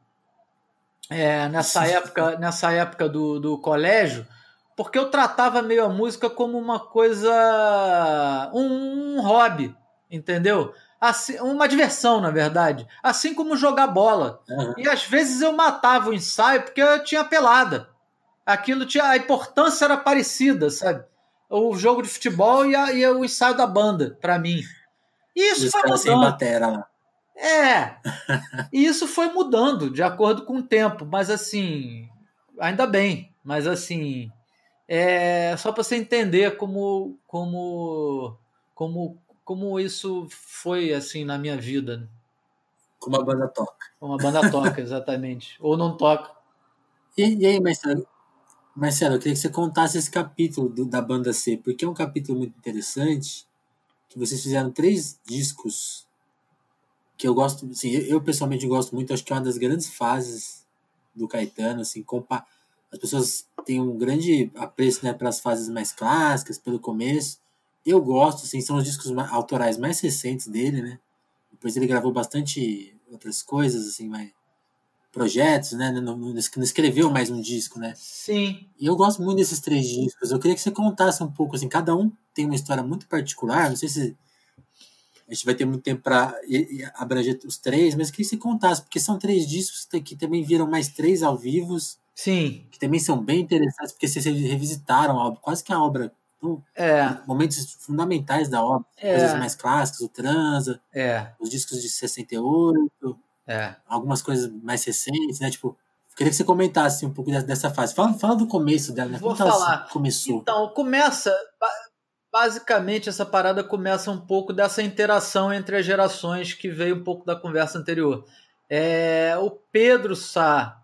é, nessa época, nessa época do, do colégio, porque eu tratava meio a música como uma coisa, um, um hobby, entendeu? Assim, uma diversão, na verdade. Assim como jogar bola. Aham. E às vezes eu matava o ensaio porque eu tinha pelada. Aquilo tinha. A importância era parecida, sabe? O jogo de futebol e, a, e o ensaio da banda, para mim. E E isso os foi caras sem mudando. batera lá. É, e isso foi mudando de acordo com o tempo, mas assim, ainda bem, mas assim, é só para você entender como como como como isso foi assim na minha vida, né? Como a banda toca. Uma banda toca, exatamente, ou não toca. E, e aí, Marcelo, Marcelo, eu queria que você contasse esse capítulo do- da banda C, porque é um capítulo muito interessante, que vocês fizeram três discos que eu gosto, assim, eu, eu pessoalmente gosto muito, acho que é uma das grandes fases do Caetano, assim, compa as pessoas têm um grande apreço, né, pelas fases mais clássicas, pelo começo. Eu gosto, assim, são os discos ma- autorais mais recentes dele, né? Depois ele gravou bastante outras coisas, assim, mais projetos, né? Não, não, não escreveu mais um disco, né? Sim, E eu gosto muito desses três discos. Eu queria que você contasse um pouco, assim, cada um tem uma história muito particular. Não sei se a gente vai ter muito tempo para abranger os três, mas eu queria que você contasse, porque são três discos que também viram mais três ao vivo, Sim. Que também são bem interessantes, porque vocês revisitaram a obra, quase que a obra, é. momentos fundamentais da obra, é. coisas mais clássicas, o Transa, é. os discos de sessenta e oito, é. algumas coisas mais recentes, né? Tipo, queria que você comentasse um pouco dessa fase. Fala, fala do começo dela, né? Vou Como falar. começou? Então, começa... Basicamente, essa parada começa um pouco dessa interação entre as gerações que veio um pouco da conversa anterior. É, o Pedro Sá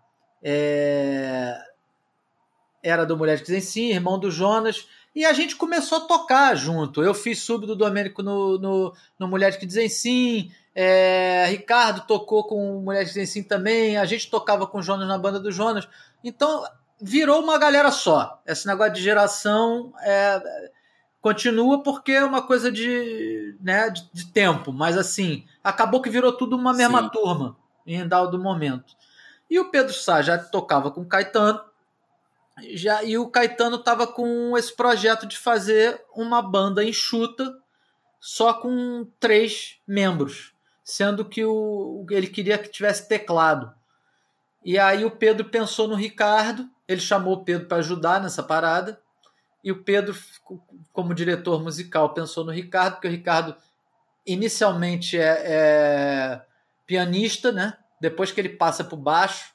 é, era do Mulheres que Dizem Sim, irmão do Jonas, e a gente começou a tocar junto. Eu fiz sub do Domênico no, no, no Mulheres que Dizem Sim, é, Ricardo tocou com Mulheres que Dizem Sim também, a gente tocava com o Jonas na banda do Jonas. Então, virou uma galera só. Esse negócio de geração é, continua porque é uma coisa de, né, de, de tempo, mas assim, acabou que virou tudo uma mesma Sim. turma em dado momento. E o Pedro Sá já tocava com o Caetano, já, e o Caetano estava com esse projeto de fazer uma banda enxuta só com três membros, sendo que o, ele queria que tivesse teclado. E aí o Pedro pensou no Ricardo, ele chamou o Pedro para ajudar nessa parada, e o Pedro, como diretor musical, pensou no Ricardo, porque o Ricardo inicialmente é, é pianista, né? Depois que ele passa para o baixo,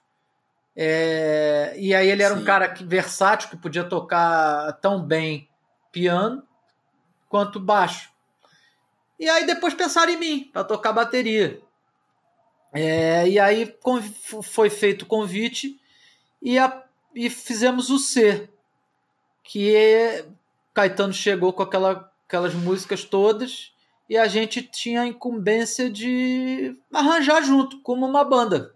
É, e aí ele era Sim. um cara que, versátil, que podia tocar tão bem piano quanto baixo. E aí depois pensaram em mim para tocar bateria. É, e aí foi feito o convite e, a, e fizemos o C, que é, Caetano chegou com aquela, aquelas músicas todas e a gente tinha a incumbência de arranjar junto, como uma banda.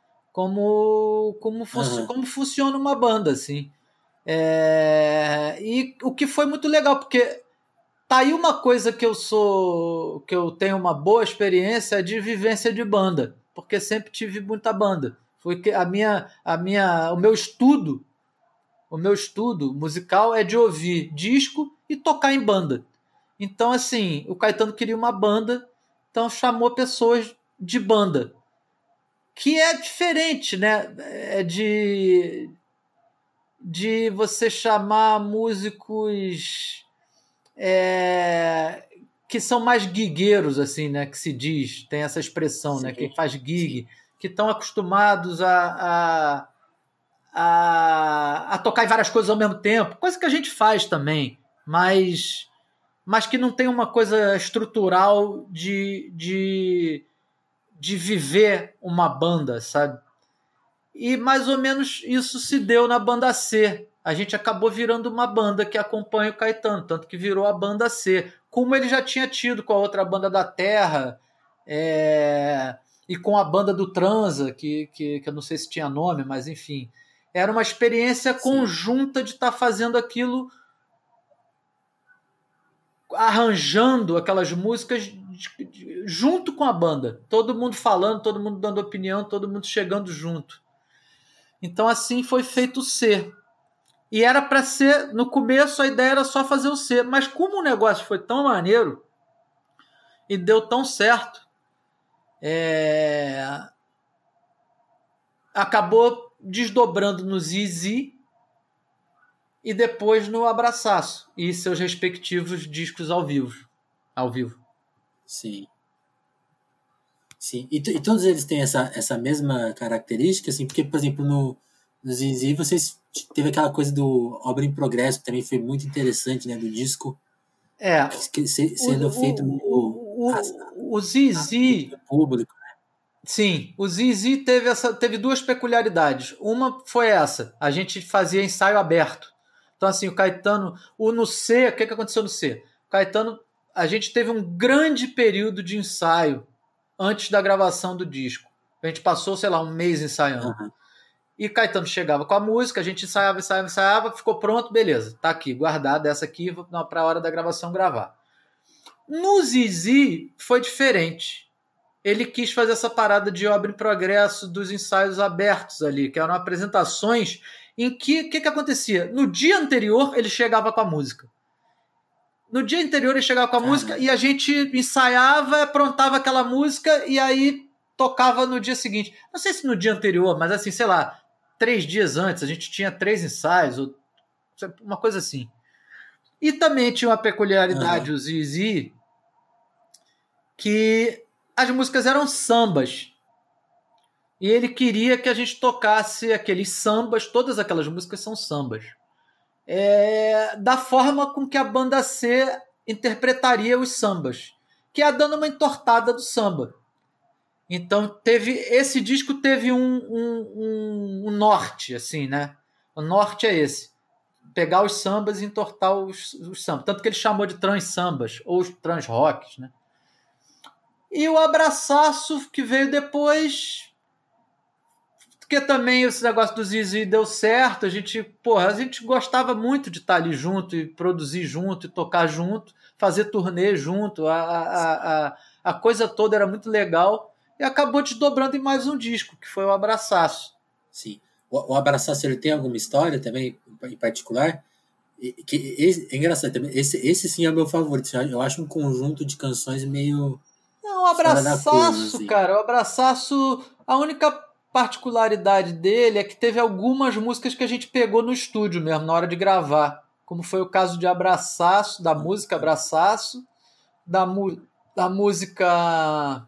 Como, como, fun- Uhum. como funciona uma banda, assim. É, e o que foi muito legal, porque tá aí uma coisa que eu sou, que eu tenho uma boa experiência de vivência de banda, porque sempre tive muita banda. Foi que a minha, a minha, o meu estudo, o meu estudo musical é de ouvir disco e tocar em banda. Então, assim, o Caetano queria uma banda, então chamou pessoas de banda, que é diferente, né? É de, de você chamar músicos é, que são mais gigueiros, assim, né? Que se diz, tem essa expressão, sim, né? Quem faz gig, sim. que estão acostumados a, a, a, a tocar em várias coisas ao mesmo tempo, coisa que a gente faz também, mas, mas que não tem uma coisa estrutural de... de de viver uma banda, sabe? E mais ou menos isso se deu na banda C. A gente acabou virando uma banda que acompanha o Caetano, tanto que virou a banda C, como ele já tinha tido com a outra banda da Terra, é... e com a banda do Transa, que, que, que eu não sei se tinha nome, mas enfim. Era uma experiência Sim. conjunta de estar tá fazendo aquilo, arranjando aquelas músicas junto com a banda, todo mundo falando, todo mundo dando opinião, todo mundo chegando junto. Então assim foi feito o C. E era para ser, no começo a ideia era só fazer o C, mas como o negócio foi tão maneiro e deu tão certo, é... acabou desdobrando no Zizi e depois no Abraçaço e seus respectivos discos ao vivo. Ao vivo. Sim. Sim. E, e todos eles têm essa, essa mesma característica, assim, porque, por exemplo, no, no Zizi vocês teve aquela coisa do Obra em Progresso, que também foi muito interessante, né, do disco. É. Que, se, sendo o, feito o, o, a, o Zizi... a, público. Sim, o Zizi teve, essa, teve duas peculiaridades. Uma foi essa, a gente fazia ensaio aberto. Então, assim, o Caetano... O no C, o que, que aconteceu no C? O Caetano, a gente teve um grande período de ensaio antes da gravação do disco. A gente passou, sei lá, um mês ensaiando. Uhum. E Caetano chegava com a música, a gente ensaiava, ensaiava, ensaiava, ficou pronto, beleza. Tá aqui, guardada essa aqui para a hora da gravação gravar. No Zizi foi diferente. Ele quis fazer essa parada de obra em progresso dos ensaios abertos ali, que eram apresentações em que o que, que acontecia? No dia anterior ele chegava com a música. No dia anterior ele chegava com a ah, música e a gente ensaiava, aprontava aquela música e aí tocava no dia seguinte. Não sei se no dia anterior, mas assim, sei lá, três dias antes, a gente tinha três ensaios, ou uma coisa assim. E também tinha uma peculiaridade, uhum. o Zizi, que as músicas eram sambas. E ele queria que a gente tocasse aqueles sambas, todas aquelas músicas são sambas, é, da forma com que a banda C interpretaria os sambas, que é dando uma entortada do samba. Então teve esse disco teve um, um, um, um norte, assim, né? O norte é esse: pegar os sambas e entortar os, os sambas. Tanto que ele chamou de trans sambas ou os trans rocks, né? E o Abraçaço, que veio depois, porque também esse negócio do Zizi deu certo. A gente, porra, a gente gostava muito de estar ali junto e produzir junto e tocar junto, fazer turnê junto. A, a, a, a coisa toda era muito legal. E acabou desdobrando em mais um disco, que foi o Abraçaço. Sim. O, o Abraçaço, ele tem alguma história também, em particular? E, que, esse, é engraçado também. Esse, esse sim é o meu favorito. Eu acho um conjunto de canções meio... Não, o Abraçaço, curva, assim. Cara, o Abraçaço, a única particularidade dele é que teve algumas músicas que a gente pegou no estúdio mesmo, na hora de gravar. Como foi o caso de Abraçaço, da música Abraçaço, da, da música...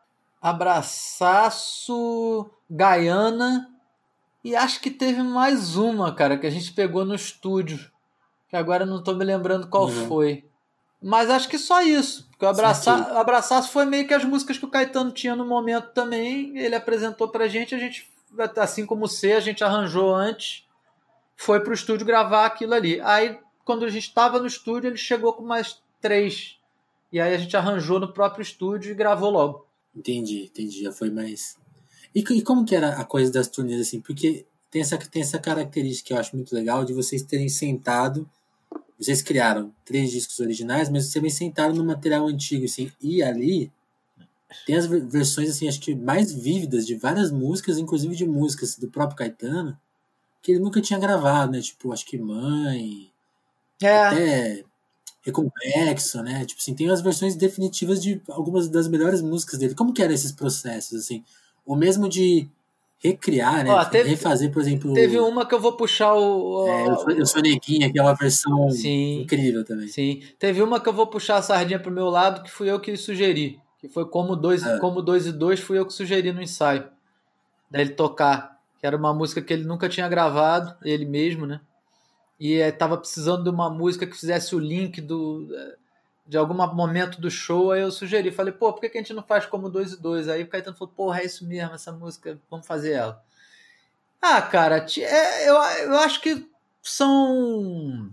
Abraçaço, Gaiana, e acho que teve mais uma, cara, que a gente pegou no estúdio, que agora eu não tô me lembrando qual uhum. foi. Mas acho que só isso, porque o Abraça, Abraçaço foi meio que as músicas que o Caetano tinha no momento também, ele apresentou pra gente, a gente, assim como o C, a gente arranjou antes, foi pro estúdio gravar aquilo ali. Aí, quando a gente estava no estúdio, ele chegou com mais três, e aí a gente arranjou no próprio estúdio e gravou logo. Entendi, entendi. Já foi mais... E, e como que era a coisa das turnês, assim? Porque tem essa, tem essa característica que eu acho muito legal de vocês terem sentado... Vocês criaram três discos originais, mas vocês também sentaram no material antigo, assim. E ali tem as versões, assim, acho que mais vívidas de várias músicas, inclusive de músicas do próprio Caetano, que ele nunca tinha gravado, né? Tipo, acho que Mãe... É. Até... Reconvexo, né? Tipo assim, tem as versões definitivas de algumas das melhores músicas dele. Como que eram esses processos, assim? Ou mesmo de recriar, né? Ó, teve, refazer, por exemplo... Teve uma que eu vou puxar o... É, eu, sou, eu Sou Neguinha, que é uma versão sim, incrível também. Sim. Teve uma que eu vou puxar a sardinha pro meu lado, que fui eu que sugeri. Que foi Como Dois, ah. Como Dois e Dois, fui eu que sugeri no ensaio. Daí ele tocar. Que era uma música que ele nunca tinha gravado, ele mesmo, né? E estava precisando de uma música que fizesse o link do, de algum momento do show, aí eu sugeri, falei, pô, por que, que a gente não faz Como Dois e Dois? Aí o Caetano falou, porra, é isso mesmo, essa música, vamos fazer ela. Ah, cara, eu, eu acho que são...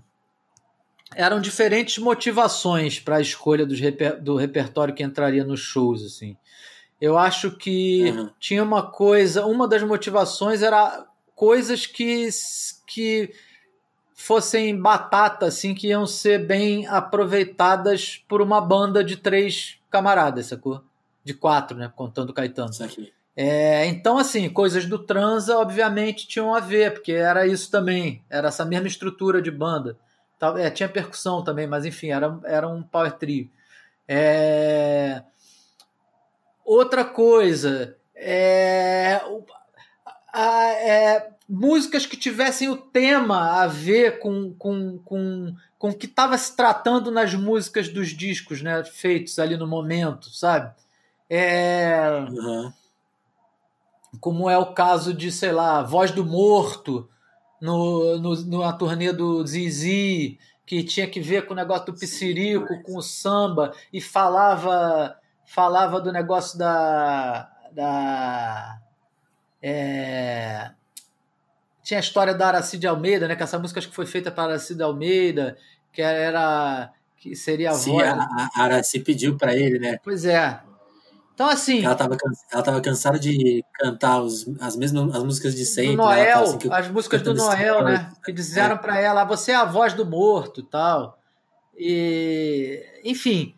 eram diferentes motivações para a escolha dos reper, do repertório que entraria nos shows, assim. Eu acho que uhum. tinha uma coisa, uma das motivações era coisas que... que fossem batata, assim, que iam ser bem aproveitadas por uma banda de três camaradas, sacou? De quatro, né? Contando o Caetano. É, então, assim, coisas do Transa, obviamente, tinham a ver, porque era isso também, era essa mesma estrutura de banda. É, tinha percussão também, mas enfim, era, era um power trio. É... Outra coisa, é... A, é... músicas que tivessem o tema a ver com, com, com, com o que estava se tratando nas músicas dos discos, né, feitos ali no momento, sabe? É, uhum. Como é o caso de, sei lá, Voz do Morto, no, no, na turnê do Zizi, que tinha que ver com o negócio do Pissirico, sim, com o samba, e falava, falava do negócio da... da é, tinha a história da Aracide Almeida, né? Que essa música acho que foi feita para Aracide Almeida, que era que seria a Sim, voz. A, a Araci pediu para ele, né? Pois é. Então, assim... Ela estava ela tava cansada de cantar os, as mesmas as músicas de sempre. Do Noel, assim, que as músicas do Noel, né? Que disseram é. para ela, você é a voz do morto e tal. E, enfim...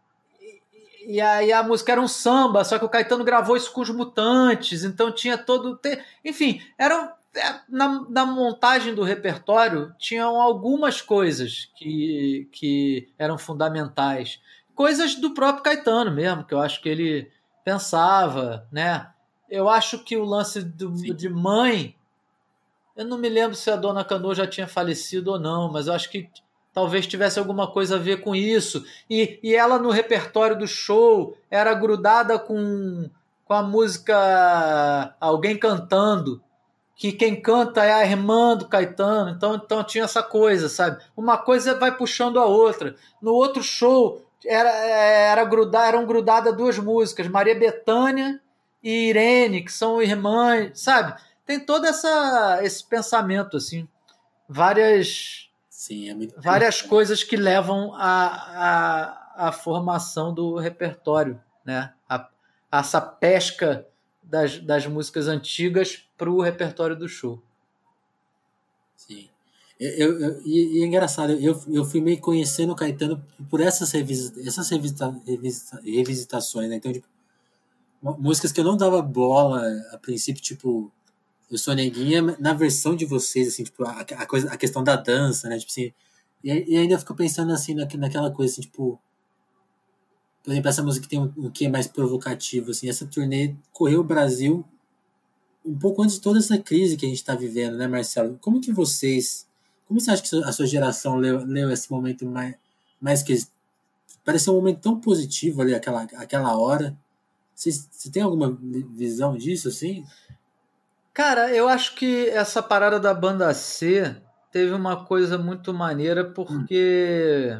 E aí a música era um samba, só que o Caetano gravou isso com os Mutantes, então tinha todo... Enfim, eram... Na, na montagem do repertório tinham algumas coisas que, que eram fundamentais. Coisas do próprio Caetano mesmo, que eu acho que ele pensava, né? Eu acho que o lance do, de Mãe Eu não me lembro se a Dona Canoa já tinha falecido ou não, mas eu acho que talvez tivesse alguma coisa a ver com isso. E, e ela no repertório do show era grudada com, com a música Alguém Cantando, que quem canta é a irmã do Caetano, então, então tinha essa coisa, sabe? Uma coisa vai puxando a outra. No outro show era, era grudar, eram grudadas duas músicas, Maria Bethânia e Irene, que são irmãs, sabe? Tem todo essa, esse pensamento, assim, várias, Sim, é muito várias coisas que levam à a, a, a formação do repertório, né? A, a essa pesca das, das músicas antigas para o repertório do show. Sim. Eu, eu, eu- e, e é engraçado, eu, eu fui meio conhecendo o Caetano por essas, revisita, essas revisita, revisita, revisitações, né? Então, tipo, mu- músicas que eu não dava bola a princípio, tipo, Eu Sou Neguinha, na versão de vocês, assim, tipo, a, a, coisa, a questão da dança, né? Tipo assim, e, e ainda eu fico pensando, assim, na, naquela coisa, assim, tipo, por exemplo, essa música que tem um, um quê mais provocativo, assim, essa turnê correu o Brasil um pouco antes de toda essa crise que a gente está vivendo, né, Marcelo? Como que vocês, como você acha que a sua geração leu, leu esse momento mais, mais que parece um momento tão positivo ali, aquela, aquela hora? Você, você tem alguma visão disso, assim? Cara, eu acho que essa parada da banda C teve uma coisa muito maneira Hum, porque,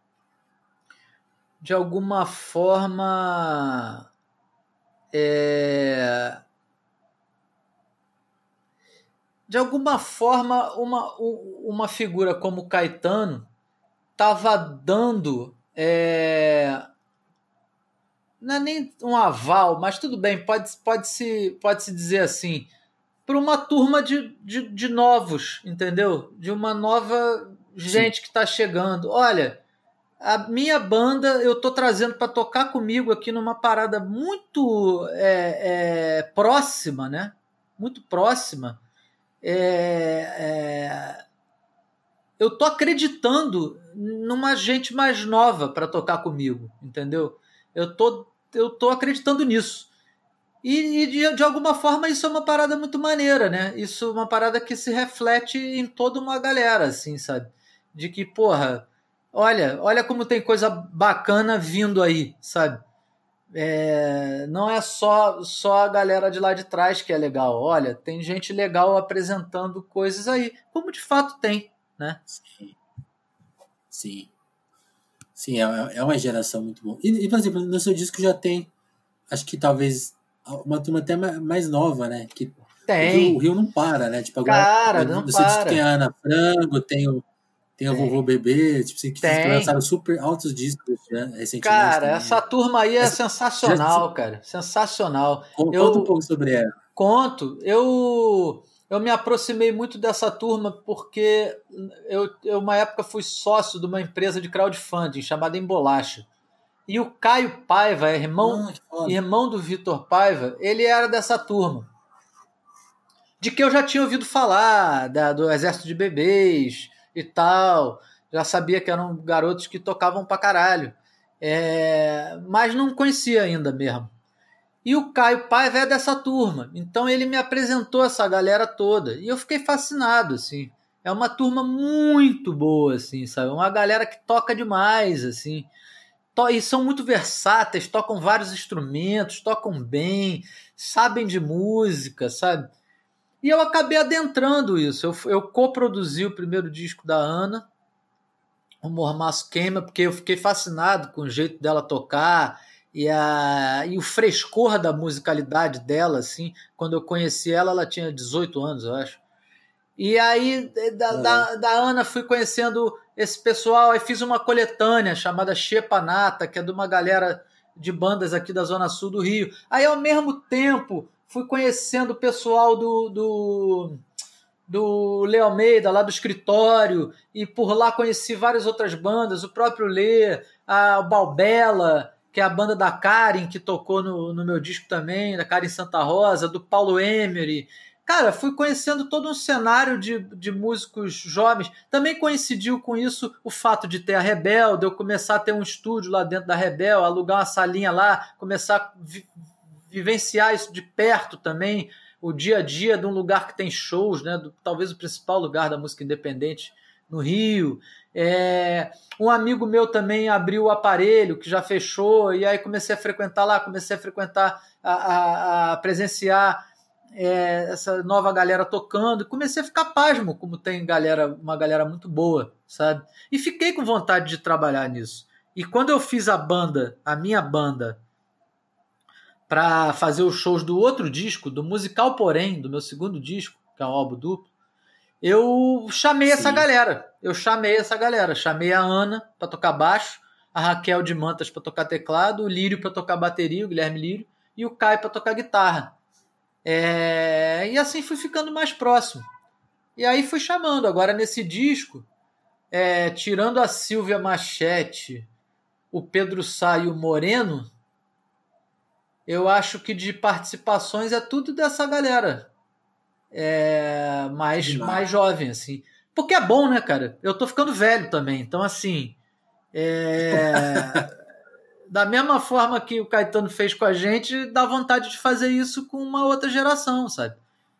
de alguma forma, é, de alguma forma, uma, u- uma figura como Caetano estava dando, é, não é nem um aval, mas tudo bem, pode, pode, se, pode se dizer assim, para uma turma de, de, de novos, entendeu? De uma nova sim, gente que está chegando. Olha, a minha banda eu tô trazendo para tocar comigo aqui numa parada muito é, é, próxima, né? Muito próxima. É, é, eu tô acreditando numa gente mais nova para tocar comigo, entendeu? Eu tô, eu tô acreditando nisso. E, e de, de alguma forma isso é uma parada muito maneira, né? Isso é uma parada que se reflete em toda uma galera, assim, sabe? De que, porra, olha, olha como tem coisa bacana vindo aí, sabe? É, não é só, só a galera de lá de trás que é legal. Olha, tem gente legal apresentando coisas aí, como de fato tem, né? sim, sim. Sim, é, é uma geração muito boa. E, e, por exemplo, no seu disco já tem, acho que talvez uma turma até ma- mais nova, né? Que o Rio, o Tem. Rio não para, né? Tipo, agora, Cara, eu- não no seu disco tem para. a Ana Frango, tem o, tem o Vovô Tem. Bebê, tipo assim, que, que Tem. lançaram super altos discos já, recentemente Cara, também, essa né? turma aí é Essa, já, sensacional, cara. Sensacional. con- conta um Eu pouco sobre ela. conto, eu eu me aproximei muito dessa turma porque eu, eu uma época fui sócio de uma empresa de crowdfunding chamada Embolacha. E o Caio Paiva, irmão, Ah, que foda. irmão do Vitor Paiva, ele era dessa turma. De que eu já tinha ouvido falar da, do Exército de Bebês e tal. Já sabia que eram garotos que tocavam pra caralho. É, mas não conhecia ainda mesmo. E o Caio Paiva é dessa turma. Então ele me apresentou essa galera toda. E eu fiquei fascinado, assim. É uma turma muito boa, assim, sabe? Uma galera que toca demais, assim. E são muito versáteis, tocam vários instrumentos, tocam bem, sabem de música, sabe? E eu acabei adentrando isso. Eu, eu coproduzi o primeiro disco da Ana, O Mormaço Queima, porque eu fiquei fascinado com o jeito dela tocar e, a, e o frescor da musicalidade dela, assim. Quando eu conheci ela, ela tinha dezoito anos, eu acho. E aí, da, Caramba. da, da Ana, fui conhecendo esse pessoal. Aí fiz uma coletânea chamada Xepa Nata, que é de uma galera de bandas aqui da Zona Sul do Rio. Aí, ao mesmo tempo, fui conhecendo o pessoal do, do do Lê Almeida, lá do escritório, e por lá conheci várias outras bandas, o próprio Lê, a Balbela, que é a banda da Karen, que tocou no, no meu disco também, da Karen Santa Rosa, do Paulo Emery. Cara, fui conhecendo todo um cenário de, de músicos jovens. Também coincidiu com isso o fato de ter a Rebel, de eu começar a ter um estúdio lá dentro da Rebel, alugar uma salinha lá, começar a vi, vivenciar isso de perto também, o dia a dia de um lugar que tem shows, né? Do, talvez o principal lugar da música independente no Rio. É, um amigo meu também abriu o Aparelho, que já fechou, e aí comecei a frequentar lá, comecei a frequentar, a, a, a presenciar é, essa nova galera tocando, e comecei a ficar pasmo, como tem galera, uma galera muito boa, sabe? E fiquei com vontade de trabalhar nisso. E quando eu fiz a banda, a minha banda, para fazer os shows do outro disco, do Musical Porém, do meu segundo disco, que é um álbum duplo, eu chamei Sim. essa galera. Eu chamei essa galera. Chamei a Ana para tocar baixo, a Raquel de Mantas para tocar teclado, o Lírio para tocar bateria, o Guilherme Lírio, e o Caio para tocar guitarra. É... E assim fui ficando mais próximo. E aí fui chamando. Agora nesse disco, é... tirando a Silvia Machete, o Pedro Sá e o Moreno, eu acho que de participações é tudo dessa galera é, mais, mais jovem, assim. Porque é bom, né, cara? Eu tô ficando velho também, então, assim, é... da mesma forma que o Caetano fez com a gente, dá vontade de fazer isso com uma outra geração, sabe?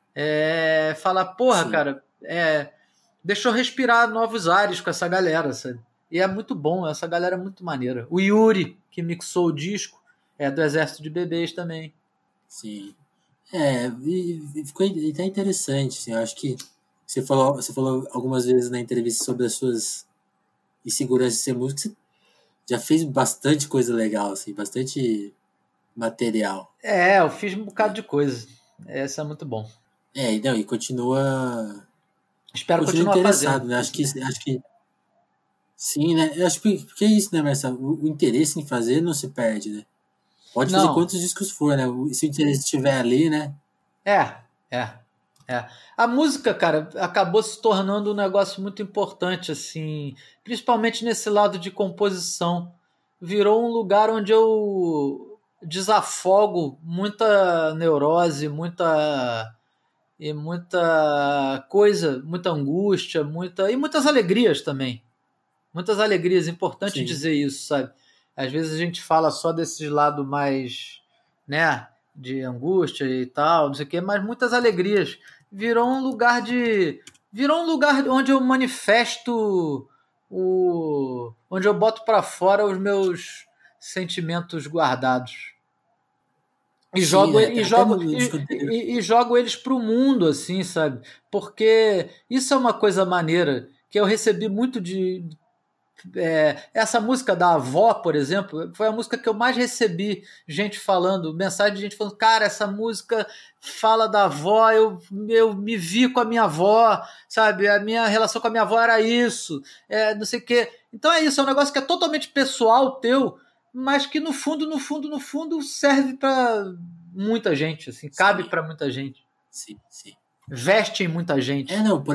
É... Falar, porra, Sim. cara, é... deixa eu respirar novos ares com essa galera, sabe? E é muito bom, essa galera é muito maneira. O Yuri, que mixou o disco, é do Exército de Bebês também. Sim. É, e, e ficou até interessante. Assim, eu acho que você falou, você falou algumas vezes na entrevista sobre as suas inseguranças de ser músico. Você já fez bastante coisa legal, assim, bastante material. É, eu fiz um bocado é. de coisa. Essa é muito bom. É, não, e continua. Espero continua continuar interessado, fazendo. Né? Acho que, acho que sim, né? Eu acho que, que é isso, né, Marcelo? O, o interesse em fazer não se perde, né? Pode não. fazer quantos discos for, né? Se o interesse estiver ali, né? É, é, é. A música, cara, acabou se tornando um negócio muito importante, assim, principalmente nesse lado de composição. Virou um lugar onde eu desafogo muita neurose, muita e muita coisa, muita angústia, muita e muitas alegrias também. Muitas alegrias, importante Sim. dizer isso, sabe? Às vezes a gente fala só desse lado mais, né, de angústia e tal, não sei o quê, mas muitas alegrias. Virou um lugar de... Virou um lugar onde eu manifesto o... onde eu boto para fora os meus sentimentos guardados. E, Sim, jogo, é, e, jogo, e, e, e jogo eles pro mundo, assim, sabe? Porque isso é uma coisa maneira que eu recebi muito de... É, essa música da avó, por exemplo, foi a música que eu mais recebi gente falando, mensagem de gente falando, cara, essa música fala da avó, eu, eu me vi com a minha avó, sabe, a minha relação com a minha avó era isso, é, não sei o quê. Então é isso, é um negócio que é totalmente pessoal teu, mas que no fundo, no fundo, no fundo serve para muita gente, assim, cabe para muita gente. Sim, sim. Veste em muita gente. É, não, por...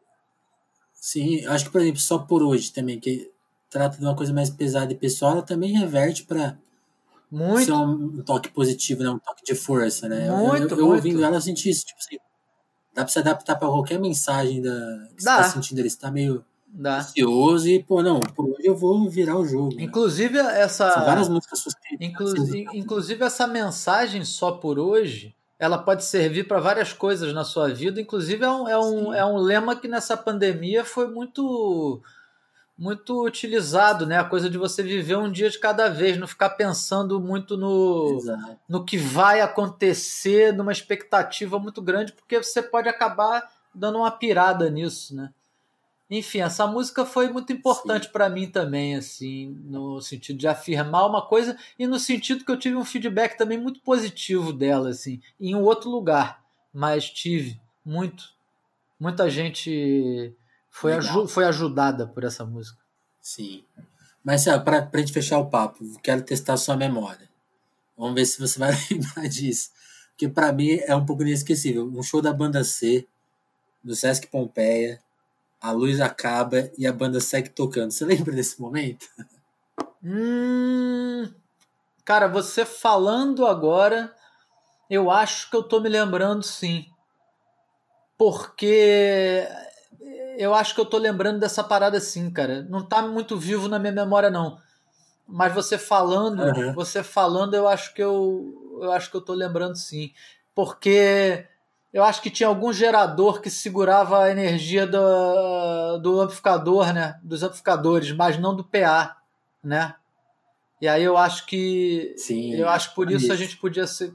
sim, acho que, por exemplo, Só Por Hoje também, que trata de uma coisa mais pesada e pessoal, ela também reverte para ser um, um toque positivo, né? Um toque de força, né? Muito, eu, eu, eu muito. ouvindo ela, eu senti isso, tipo assim, dá para se adaptar para qualquer mensagem da, que dá. Você tá sentindo ali, você tá meio dá. ansioso e, pô, não, por hoje eu vou virar o jogo. Inclusive, né? essa... São várias músicas suas que... Inclusive, inclusive, essa mensagem Só Por Hoje, ela pode servir para várias coisas na sua vida, inclusive é um, é, um, é um lema que nessa pandemia foi muito... muito utilizado, né? A coisa de você viver um dia de cada vez, não ficar pensando muito no, no que vai acontecer, numa expectativa muito grande, porque você pode acabar dando uma pirada nisso, né? Enfim, essa música foi muito importante para mim também, assim, no sentido de afirmar uma coisa e no sentido que eu tive um feedback também muito positivo dela, assim, em um outro lugar, mas tive muito, muita gente... Foi, aju- foi ajudada por essa música. Sim. Mas para a gente fechar o papo, quero testar sua memória. Vamos ver se você vai lembrar disso. Porque para mim é um pouco inesquecível. Um show da Banda C, do Sesc Pompeia, a luz acaba e a banda segue tocando. Você lembra desse momento? Hum, cara, você falando agora, eu acho que eu tô me lembrando sim. Porque... eu acho que eu tô lembrando dessa parada assim, cara. Não tá muito vivo na minha memória, não. Mas você falando, uhum. você falando, eu acho que eu, eu acho que eu tô lembrando sim. Porque eu acho que tinha algum gerador que segurava a energia do, do amplificador, né? Dos amplificadores, mas não do P A, né? E aí eu acho que Sim, eu acho que por isso a isso. gente podia ser,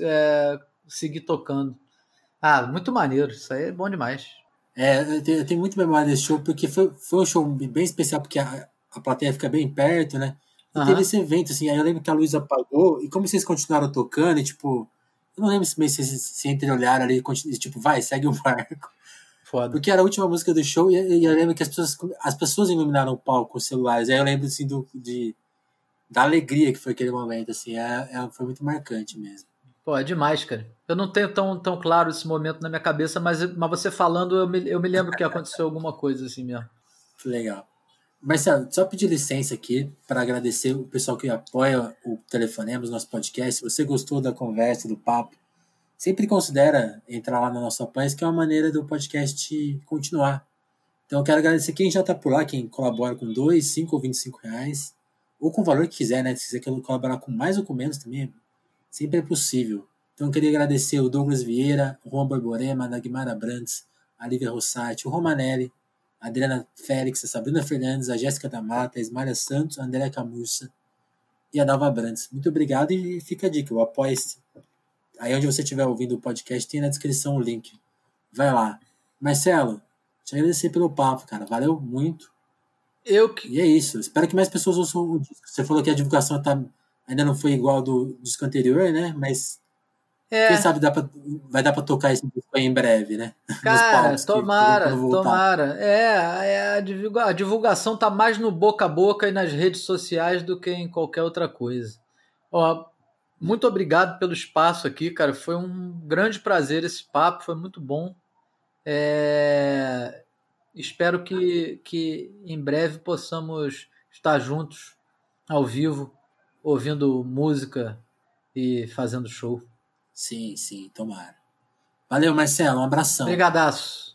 é, seguir tocando. Ah, muito maneiro, isso aí é bom demais. É, eu tenho, eu tenho muito memória desse show, porque foi, foi um show bem especial, porque a, a plateia fica bem perto, né? E teve Aham. esse evento, assim, aí eu lembro que a luz apagou, e como vocês continuaram tocando, e tipo, eu não lembro se se, se, se entreolharam ali, e, tipo, vai, segue o barco. Foda. Porque era a última música do show, e, e eu lembro que as pessoas, as pessoas iluminaram o palco com os celulares, aí eu lembro, assim, do, de, da alegria que foi aquele momento, assim, é, é, foi muito marcante mesmo. Pô, é demais, cara. Eu não tenho tão, tão claro esse momento na minha cabeça, mas, mas você falando, eu me, eu me lembro que aconteceu alguma coisa assim mesmo. Que legal. Marcelo, só pedir licença aqui para agradecer o pessoal que apoia o Telefonemos, nosso podcast. Se você gostou da conversa, do papo, sempre considera entrar lá no nosso apoia, que é uma maneira do podcast continuar. Então eu quero agradecer quem já está por lá, quem colabora com dois, cinco ou vinte e cinco reais, ou com o valor que quiser, né? Se quiser colaborar com mais ou com menos também, sempre é possível. Então eu queria agradecer o Douglas Vieira, o Juan Borborema, a Nagmar Abrantes, a Lívia Rossati, o Romanelli, a Adriana Félix, a Sabrina Fernandes, a Jéssica da Mata, a Ismália Santos, a Andréa Camurça e a Dalva Brandes. Muito obrigado e fica a dica, o apoie-se. Aí onde você estiver ouvindo o podcast, tem na descrição o link. Vai lá. Marcelo, te agradecer pelo papo, cara. Valeu muito. Eu que. E é isso. Espero que mais pessoas ouçam o disco. Você falou que a divulgação tá, ainda não foi igual do disco anterior, né? Mas quem É, sabe dá pra, vai dar pra tocar esse disco aí em breve, né? Nos cara, palcos, que, que quando tomara, voltar. tomara. É, é a, divulga, a divulgação tá mais no boca a boca e nas redes sociais do que em qualquer outra coisa. Ó, muito obrigado pelo espaço aqui, cara. Foi um grande prazer esse papo, foi muito bom. É, espero que, que em breve possamos estar juntos, ao vivo, ouvindo música e fazendo show. Sim, sim, tomara. Valeu, Marcelo. Um abração. Brigadaço.